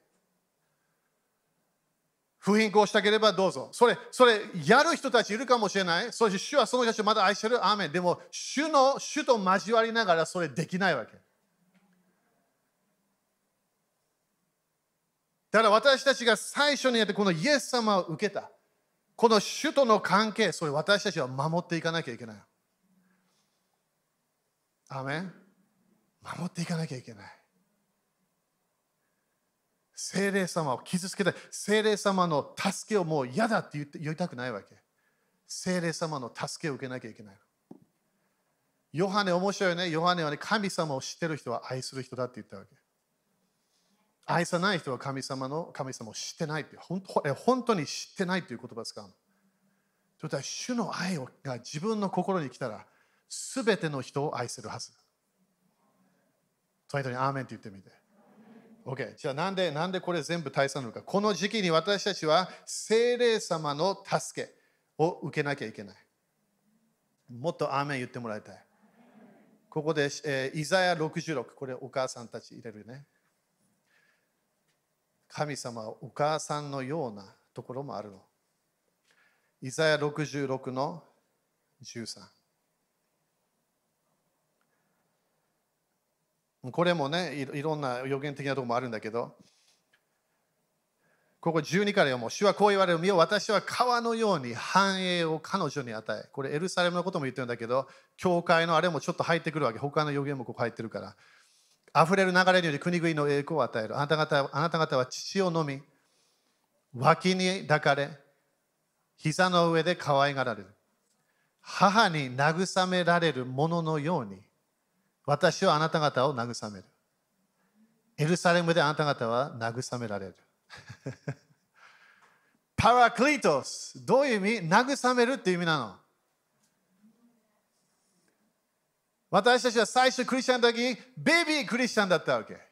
不貧困したければどうぞ。それやる人たちいるかもしれない。そして主はその人たちをまだ愛してる。アーメン。でも主と交わりながらそれできないわけ。だから私たちが最初にやってこのイエス様を受けた。この主との関係、それ私たちは守っていかなきゃいけない。アーメン。守っていかなきゃいけない。聖霊様を傷つけたい。聖霊様の助けをもう嫌だって言いたくないわけ。聖霊様の助けを受けなきゃいけない。ヨハネ面白いよね。ヨハネはね、神様を知ってる人は愛する人だって言ったわけ。愛さない人は神様を知ってないって。本当に知ってないという言葉ですか。ということは、主の愛が自分の心に来たら、すべての人を愛せるはず。とにかくアーメンって言ってみて。OK。じゃあなんでこれ全部大切なのか。この時期に私たちは聖霊様の助けを受けなきゃいけない。もっとアーメン言ってもらいたい。ここで、イザヤ66、これお母さんたち入れるね。神様はお母さんのようなところもあるの。イザヤ66の13。これもね、いろんな予言的なところもあるんだけど、ここ12から読もう。主はこう言われる。見よ、私は川のように繁栄を彼女に与え。これエルサレムのことも言ってるんだけど、教会のあれもちょっと入ってくるわけ。他の予言もここ入ってるから。溢れる流れにより国々の栄光を与える。あなた方は乳を飲み、脇に抱かれ、膝の上で可愛がられる。母に慰められるもののように、私はあなた方を慰める。エルサレムであなた方は慰められる。パラクリトス、どういう意味？慰めるっていう意味なの。私たちは最初クリスチャンの時にベビークリスチャンだったわけ。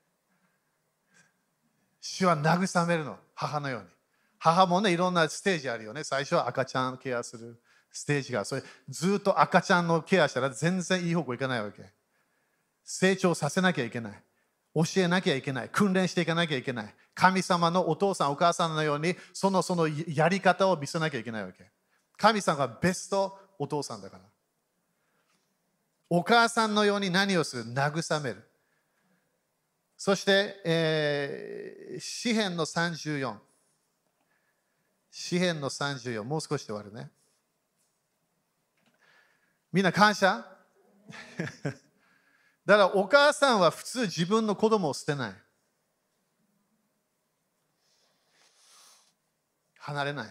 主は慰めるの、母のように。母もね、いろんなステージあるよね。最初は赤ちゃんケアするステージが、それずっと赤ちゃんのケアしたら全然いい方向いかないわけ。成長させなきゃいけない。教えなきゃいけない。訓練していかなきゃいけない。神様のお父さん、お母さんのように、そのやり方を見せなきゃいけないわけ。神様がベストお父さんだから。お母さんのように何をする？慰める。そして、詩編の34。詩編の34。もう少しで終わるね。みんな感謝だからお母さんは普通自分の子供を捨てない。離れない。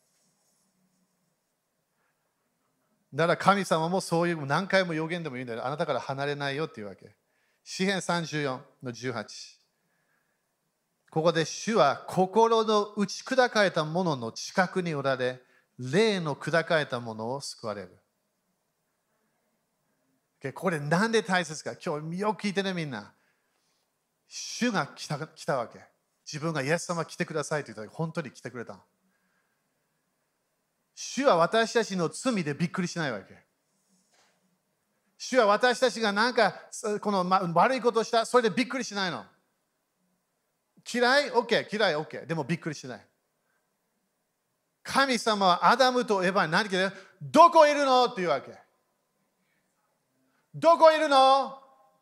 だから神様もそういう何回も予言でも言うんだよ。あなたから離れないよっていうわけ。詩編34の18。ここで主は心の打ち砕かれたものの近くにおられ、霊の砕かれたものを救われる。これなんで大切か。今日よく聞いてね、みんな。主が来たわけ。自分がイエス様来てくださいと言ったら本当に来てくれた。主は私たちの罪でびっくりしないわけ。主は私たちがなんかこの悪いことをした、それでびっくりしないの。嫌い ?OK、嫌い OK。でもびっくりしない。神様はアダムとエヴァに何て言う？どこいるのって言うわけ。どこいるの？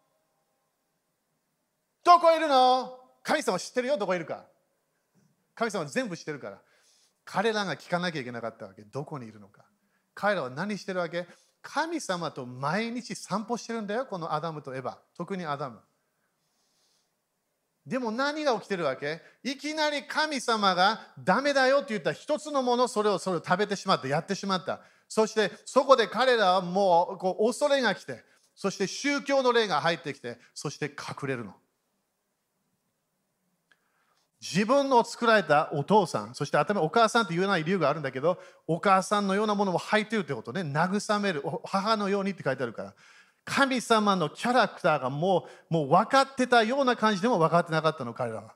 どこいるの？神様知ってるよ、どこいるか。神様全部知ってるから。彼らが聞かなきゃいけなかったわけ。どこにいるのか。彼らは何してるわけ？神様と毎日散歩してるんだよ、このアダムとエヴァ。特にアダム。でも何が起きてるわけ？いきなり神様がダメだよって言った一つのもの、それを食べてしまった、やってしまった。そしてそこで彼らはもう恐れが来て、そして宗教の霊が入ってきて、そして隠れるの。 自分の作られたお父さん、そして頭お母さんと言えない理由があるんだけど、お母さんのようなものを履いているということね、慰める、母のようにって書いてあるから、神様のキャラクターがもう分かってたような感じでも分かってなかったの、彼らは。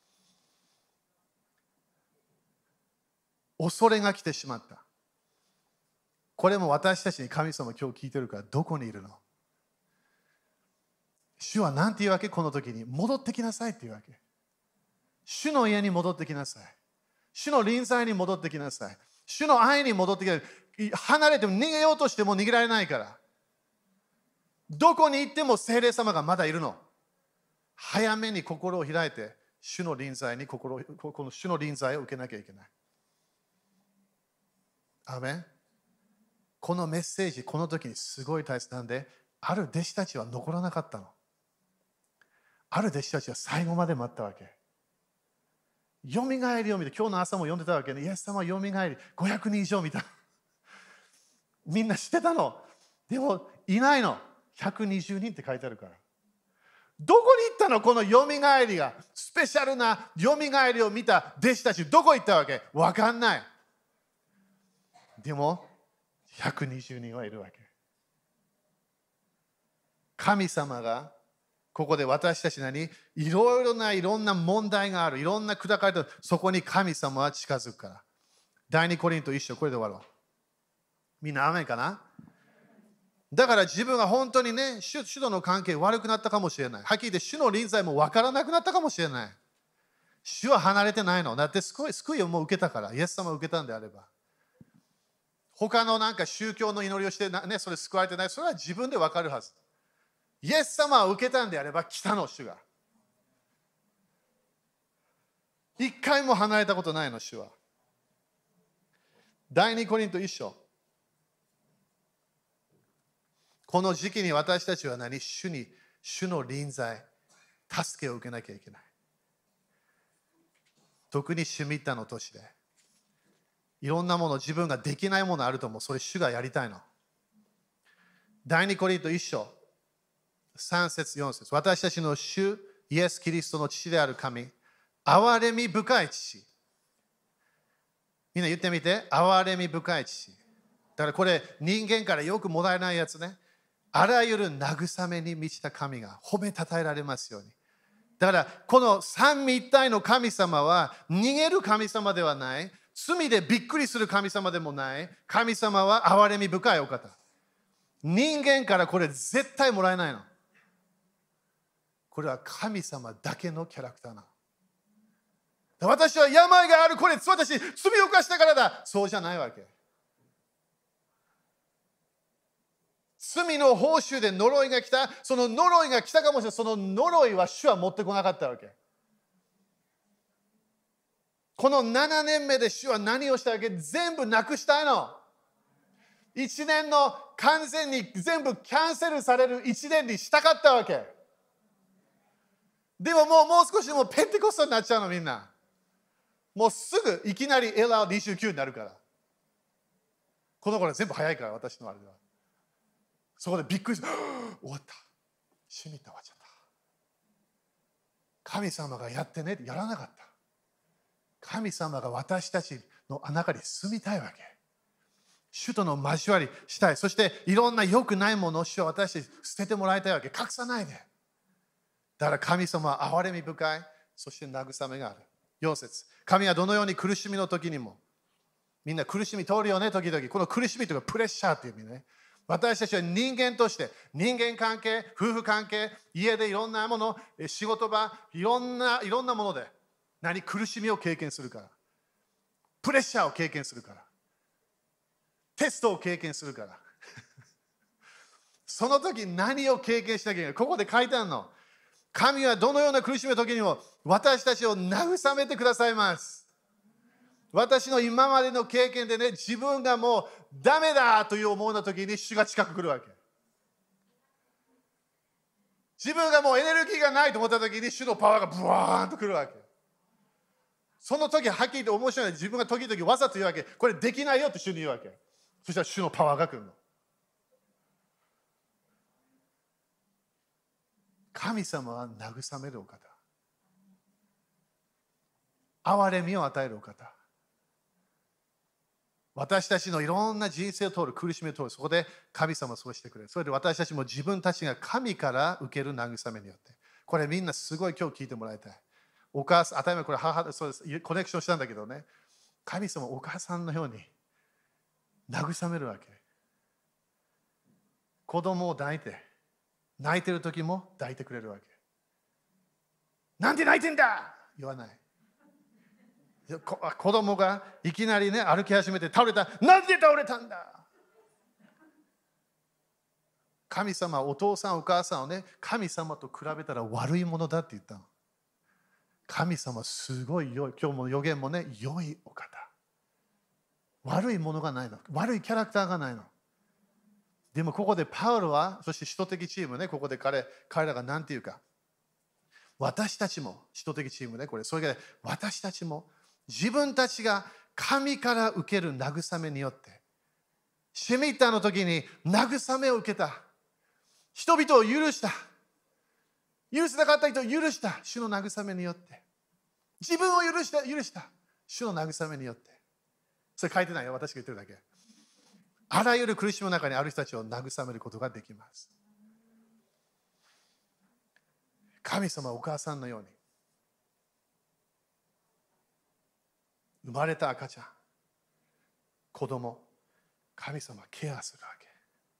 恐れが来てしまった。これも私たちに神様今日聞いてるから、どこにいるの？主は何て言うわけ？この時に戻ってきなさいって言うわけ。主の家に戻ってきなさい。主の臨在に戻ってきなさい。主の愛に戻ってきなさい。離れても逃げようとしても逃げられないから。どこに行っても聖霊様がまだいるの。早めに心を開いて、主の臨在にこの主の臨在を受けなきゃいけない。アーメン。このメッセージ、この時にすごい大切なんで、ある弟子たちは残らなかったの。ある弟子たちは最後まで待ったわけ。よみがえりを見て、今日の朝も読んでたわけね。イエス様はよみがえり、500人以上見た。みんな知ってたの。でも、いないの。120人って書いてあるから。どこに行ったの？このよみがえりが。スペシャルなよみがえりを見た弟子たち、どこ行ったわけ？わかんない。でも、120人はいるわけ。神様が、ここで私たちいろんな問題がある。いろんな砕かれてる。そこに神様は近づくから。第2コリント1章、これで終わろう。みんなアーメンかな？だから自分が本当にね、主との関係悪くなったかもしれない。はっきり言って主の臨在も分からなくなったかもしれない。主は離れてないの。だって救いをもう受けたから。イエス様を受けたんであれば。他のなんか宗教の祈りをして、ね、それ救われてない。それは自分で分かるはず。イエス様を受けたんであれば来たの、主が。一回も離れたことないの、主は。第2コリント1章。この時期に私たちは主の臨在、助けを受けなきゃいけない。特にシュミッタの年で。いろんなもの、自分ができないものあると思う。それ主がやりたいの。第2コリント1章。3節4節。私たちの主イエス・キリストの父である神、憐れみ深い父。みんな言ってみて、憐れみ深い父。だからこれ人間からよくもらえないやつね。あらゆる慰めに満ちた神が褒めたたえられますように。だからこの三位一体の神様は逃げる神様ではない。罪でびっくりする神様でもない。神様は憐れみ深いお方。人間からこれ絶対もらえないの。これは神様だけのキャラクターなの。私は病がある、これ私罪を犯したからだ。そうじゃないわけ。罪の報酬で呪いが来た。その呪いが来たかもしれない。その呪いは主は持ってこなかったわけ。この7年目で主は何をしたわけ？全部なくしたいの。1年の完全に全部キャンセルされる1年にしたかったわけ。でももう少しでもペンテコストになっちゃうの、みんな。もうすぐいきなりエラー29になるから。この頃全部早いから、私のあれでは。そこでびっくりして、終わった。死に終わっちゃった。神様がやってねってやらなかった。神様が私たちの中に住みたいわけ。主との交わりしたい。そしていろんな良くないものを主は私たち捨ててもらいたいわけ。隠さないで。だから神様は憐れみ深い。そして慰めがある。4節。神はどのように苦しみの時にも。みんな苦しみ通るよね、時々。この苦しみというかプレッシャーっていう意味ね。私たちは人間として人間関係、夫婦関係、家でいろんなもの、仕事場、いろんなもので苦しみを経験するから。プレッシャーを経験するから。テストを経験するから。その時何を経験しなきゃいけない。ここで書いてあるの。神はどのような苦しみの時にも私たちを慰めてくださいます。私の今までの経験でね、自分がもうダメだという思うの時に主が近く来るわけ。自分がもうエネルギーがないと思った時に主のパワーがブワーンと来るわけ。その時はっきり言って面白いのは自分が時々わざと言うわけ。これできないよって主に言うわけ。そしたら主のパワーが来るの。神様は慰めるお方。 憐れみを与えるお方。私たちのいろんな人生を通る、苦しみを通る、そこで神様をそうしてくれる。それで私たちも自分たちが神から受ける慰めによって。これみんなすごい今日聞いてもらいたい。お母さん、当たり前これ母、そうです、コネクションしたんだけどね、神様お母さんのように慰めるわけ。子供を抱いて、泣いてる時も抱いてくれるわけ。なんで泣いてんだ言わない。子供がいきなりね、歩き始めて倒れた。なんで倒れたんだ。神様、お父さん、お母さんをね、神様と比べたら悪いものだって言ったの。神様、すごい良い。今日も予言もね、良いお方。悪いものがないの。悪いキャラクターがないの。でもここでパウロは、そして使徒的チームね、ここで彼らが何て言うか。私たちも、使徒的チームね、これ、それから私たちも、自分たちが神から受ける慰めによって、シェミッターの時に慰めを受けた。人々を許した。許せなかった人を許した。主の慰めによって。自分を許した。主の慰めによって。それ書いてないよ。私が言ってるだけ。あらゆる苦しみの中にある人たちを慰めることができます。神様はお母さんのように。生まれた赤ちゃん、子供、神様はケアするわけ。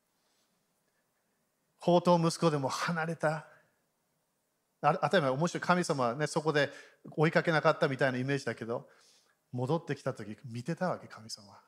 宝刀息子でも離れた。当たり前、面白い。神様はね、そこで追いかけなかったみたいなイメージだけど、戻ってきたとき、見てたわけ、神様は。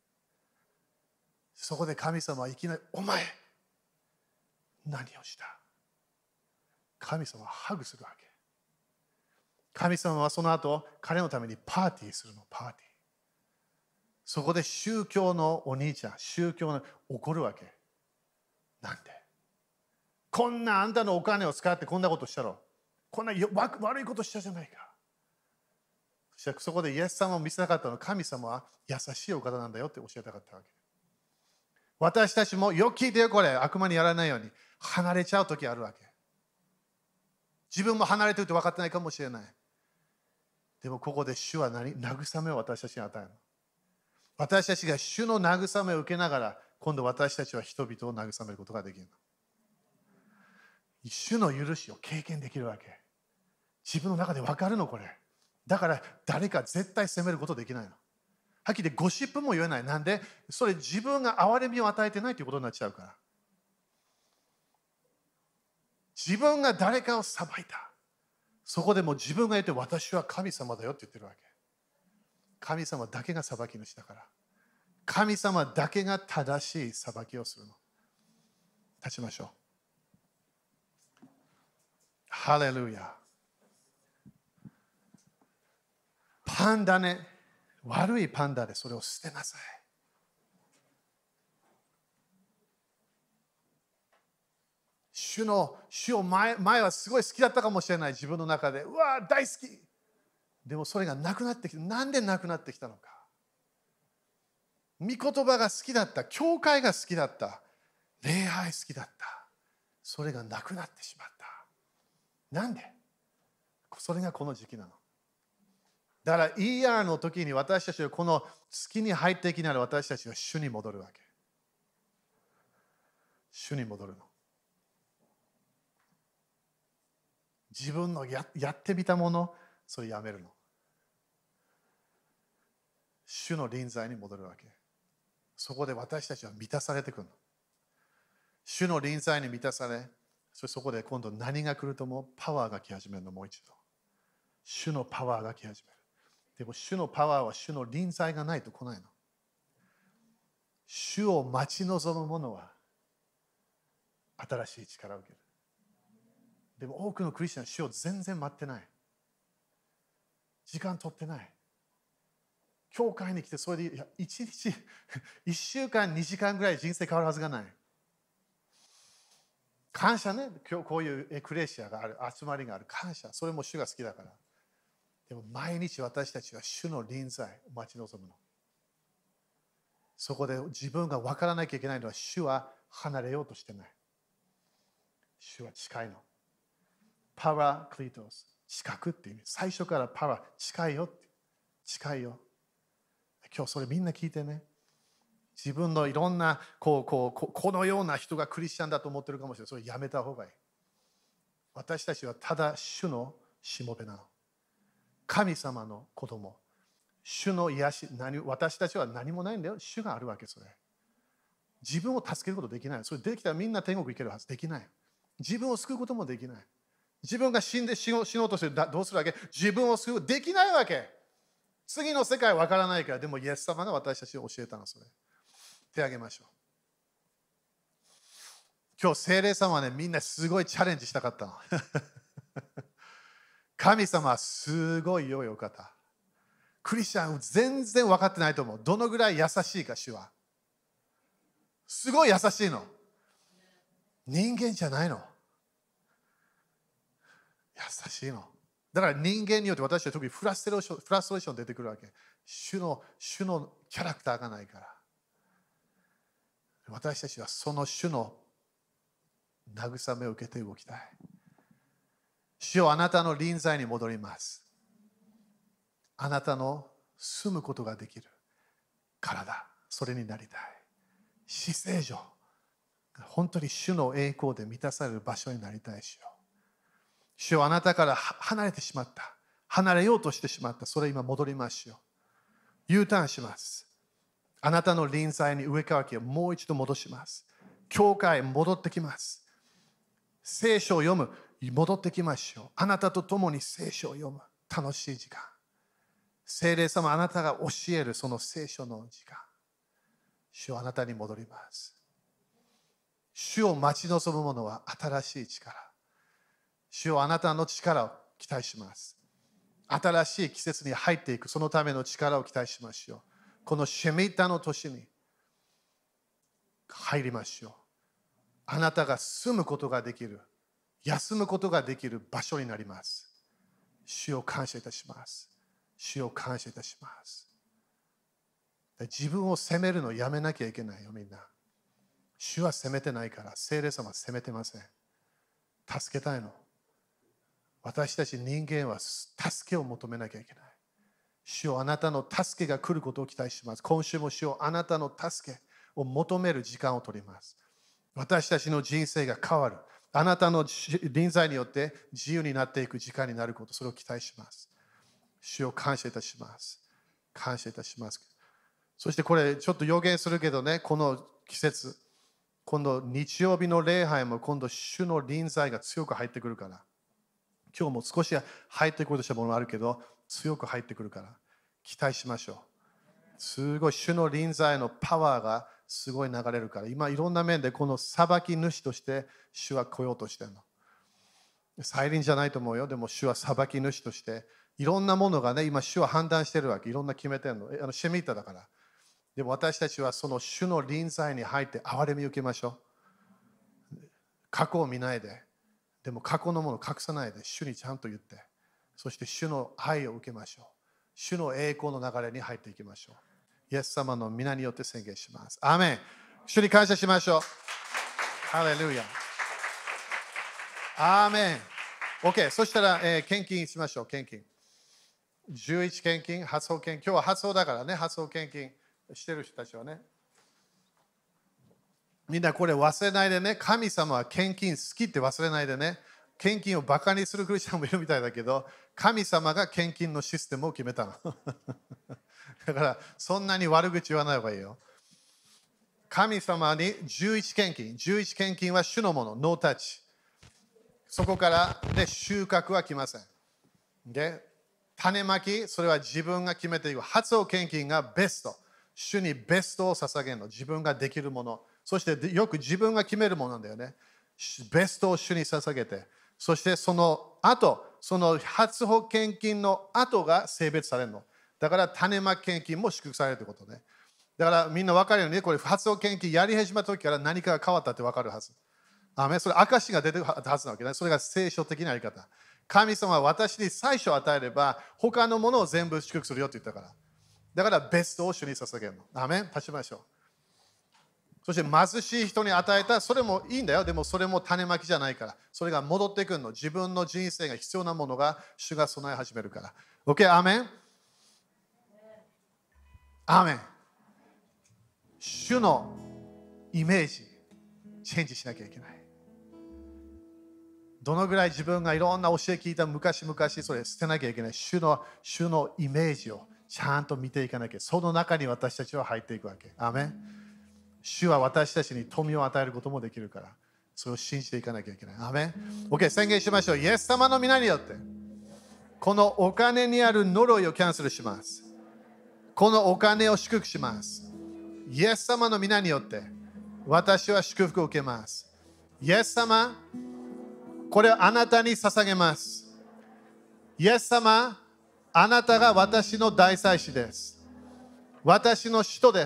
そこで神様はいきなり、お前、何をした？神様はハグするわけ。神様はその後、彼のためにパーティーするの、パーティー。そこで宗教のお兄ちゃん、宗教の怒るわけ。なんで？こんなあんたのお金を使ってこんなことしたろ。こんな悪いことしたじゃないか。そしてそこでイエス様を見せたかったのは、神様は優しいお方なんだよって教えたかったわけ。私たちもよく聞いてよ、これ。悪魔にやらないように。離れちゃう時あるわけ。自分も離れてると分かってないかもしれない。でもここで主は慰めを私たちに与えるの。私たちが主の慰めを受けながら、今度私たちは人々を慰めることができるの。主の許しを経験できるわけ。自分の中で分かるの、これ。だから誰か絶対責めることできないの。はっきり言ってゴシップも言えない。なんでそれ自分が憐れみを与えてないということになっちゃうから。自分が誰かを裁いた。そこでも自分が言って私は神様だよって言ってるわけ。神様だけが裁き主だから。神様だけが正しい裁きをするの。立ちましょう。ハレルヤ。パンダね。悪いパンダでそれを捨てなさい。主を前はすごい好きだったかもしれない。自分の中で。うわ、大好き。でもそれがなくなってきた。なんでなくなってきたのか。御言葉が好きだった。教会が好きだった。礼拝好きだった。それがなくなってしまった。なんで？それがこの時期なの。だから ER の時に私たちはこの月に入っていきながら私たちは主に戻るわけ。主に戻るの。自分のやってみたもの、それやめるの。主の臨在に戻るわけ。そこで私たちは満たされてくるの。主の臨在に満たされ、そこで今度何が来るともパワーが来始めるの、もう一度。主のパワーが来始める。でも主のパワーは主の臨在がないと来ないの。主を待ち望む者は新しい力を受ける。でも多くのクリスチャンは主を全然待ってない。時間取ってない。教会に来てそれで1日、1週間、2時間ぐらい人生変わるはずがない。感謝ね。今日こういうエクレシアがある、集まりがある。感謝。それも主が好きだから。でも毎日私たちは主の臨在を待ち望むの。そこで自分が分からなきゃいけないのは主は離れようとしてない。主は近いの。パラクリトス。 近くっていう意味。最初からパワー、近いよって。近いよ。今日それみんな聞いてね。自分のいろんなこのような人がクリスチャンだと思ってるかもしれない。それやめた方がいい。私たちはただ主のしもべなの。神様の子供。主の癒し、私たちは何もないんだよ。主があるわけ、それ。自分を助けることできない。それできたらみんな天国行けるはず。できない。自分を救うこともできない。自分が死んで死のうとしてどうするわけ？自分を救う。できないわけ。次の世界は分からないから。でもイエス様が私たちを教えたの、それ。手を挙げましょう。今日聖霊様はね、みんなすごいチャレンジしたかったの。神様はすごい良いお方。クリスチャン全然分かってないと思う。どのぐらい優しいか、主は。すごい優しいの。人間じゃないの。優しいの。だから人間によって私は特にフラストレーション出てくるわけ。主のキャラクターがないから。私たちはその主の慰めを受けて動きたい。主よ、あなたの臨在に戻ります。あなたの住むことができる体、それになりたい。至聖所、本当に主の栄光で満たされる場所になりたい。主よ、主よ、あなたから離れてしまった。離れようとしてしまった。それ今戻りますよ。U ターンします。あなたの臨在に上かきをもう一度戻します。教会戻ってきます。聖書を読む。戻ってきましょう。あなたと共に聖書を読む。楽しい時間。聖霊様、あなたが教えるその聖書の時間。主はあなたに戻ります。主を待ち望む者は新しい力。主はあなたの力を期待します。新しい季節に入っていくそのための力を期待しましょう。このシェミタの年に入りましょう。あなたが住むことができる、休むことができる場所になります。主を感謝いたします。主を感謝いたします。自分を責めるのをやめなきゃいけないよ、みんな。主は責めてないから、聖霊様は責めてません。助けたいの。私たち人間は助けを求めなきゃいけない。主よ、あなたの助けが来ることを期待します。今週も主よ、あなたの助けを求める時間を取ります。私たちの人生が変わる。あなたの臨在によって自由になっていく時間になること、それを期待します。主を感謝いたします。感謝いたします。そしてこれちょっと予言するけどね、この季節、今度日曜日の礼拝も今度主の臨在が強く入ってくるから、今日も少し入ってくるとしたものもあるけど、強く入ってくるから期待しましょう。すごい主の臨在のパワーがすごい流れるから、今いろんな面でこの裁き主として主は来ようとしてるの。再臨じゃないと思うよ。でも主は裁き主としていろんなものがね、今主は判断してるわけ。いろんな決めてるの。シェミータだから。でも私たちはその主の臨在に入って憐れみ受けましょう。過去を見ないで。でも過去のものを隠さないで主にちゃんと言って、そして主の愛を受けましょう。主の栄光の流れに入っていきましょう。イエス様の皆によって宣言します。アーメン。主に感謝しましょう。ハレルヤ。アーメン。OK。そしたら、献金しましょう。献金。11献金、発送献金。今日は発送だからね、発送献金してる人たちはね。みんなこれ忘れないでね。神様は献金好きって忘れないでね。献金をバカにするクリスチャンもいるみたいだけど、神様が献金のシステムを決めたの。だからそんなに悪口言わない方がいいよ。神様に11献金。11献金は主のもの、ノータッチ。そこからで収穫は来ません。で、種まき、それは自分が決めていく。発送献金がベスト。主にベストを捧げるの。自分ができるもの。そしてよく自分が決めるものなんだよね。ベストを主に捧げて。そしてその後、その発送献金の後が性別されるの。だから種まき献金も祝福されるということね。だからみんな分かるように、これ発送献金やり始めた時から何かが変わったって分かるはず。それ証が出てるはずなわけね。それが聖書的なやり方。神様は私に最初与えれば他のものを全部祝福するよって言ったから。だからベストを主に捧げるの。アーメン。立ちましょう。 そして貧しい人に与えた、それもいいんだよ。でもそれも種まきじゃないから。それが戻ってくるの。自分の人生が必要なものが主が備え始めるから。OK、アーメン。アーメン。主のイメージ、チェンジしなきゃいけない。どのぐらい自分がいろんな教え聞いた昔々それ捨てなきゃいけない。主のイメージをちゃんと見ていかなきゃ。その中に私たちは入っていくわけ。アーメン。主は私たちに富を与えることもできるから、それを信じていかなきゃいけない。アーメン。OK、宣言しましょう。イエス様の皆によって、このお金にある呪いをキャンセルします。このお金を祝福します。イエス様の皆によって、私は祝福を受けます。イエス様、これをあなたに捧げます。イエス様、あなたが私の大祭司です。私の使徒です。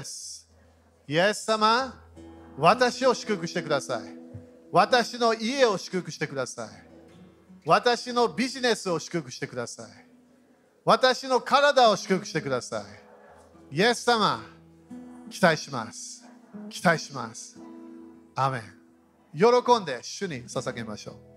イエス様、私を祝福してください。私の家を祝福してください。私のビジネスを祝福してください。私の体を祝福してください。イエス様、期待します。期待します。アーメン。喜んで主に捧げましょう。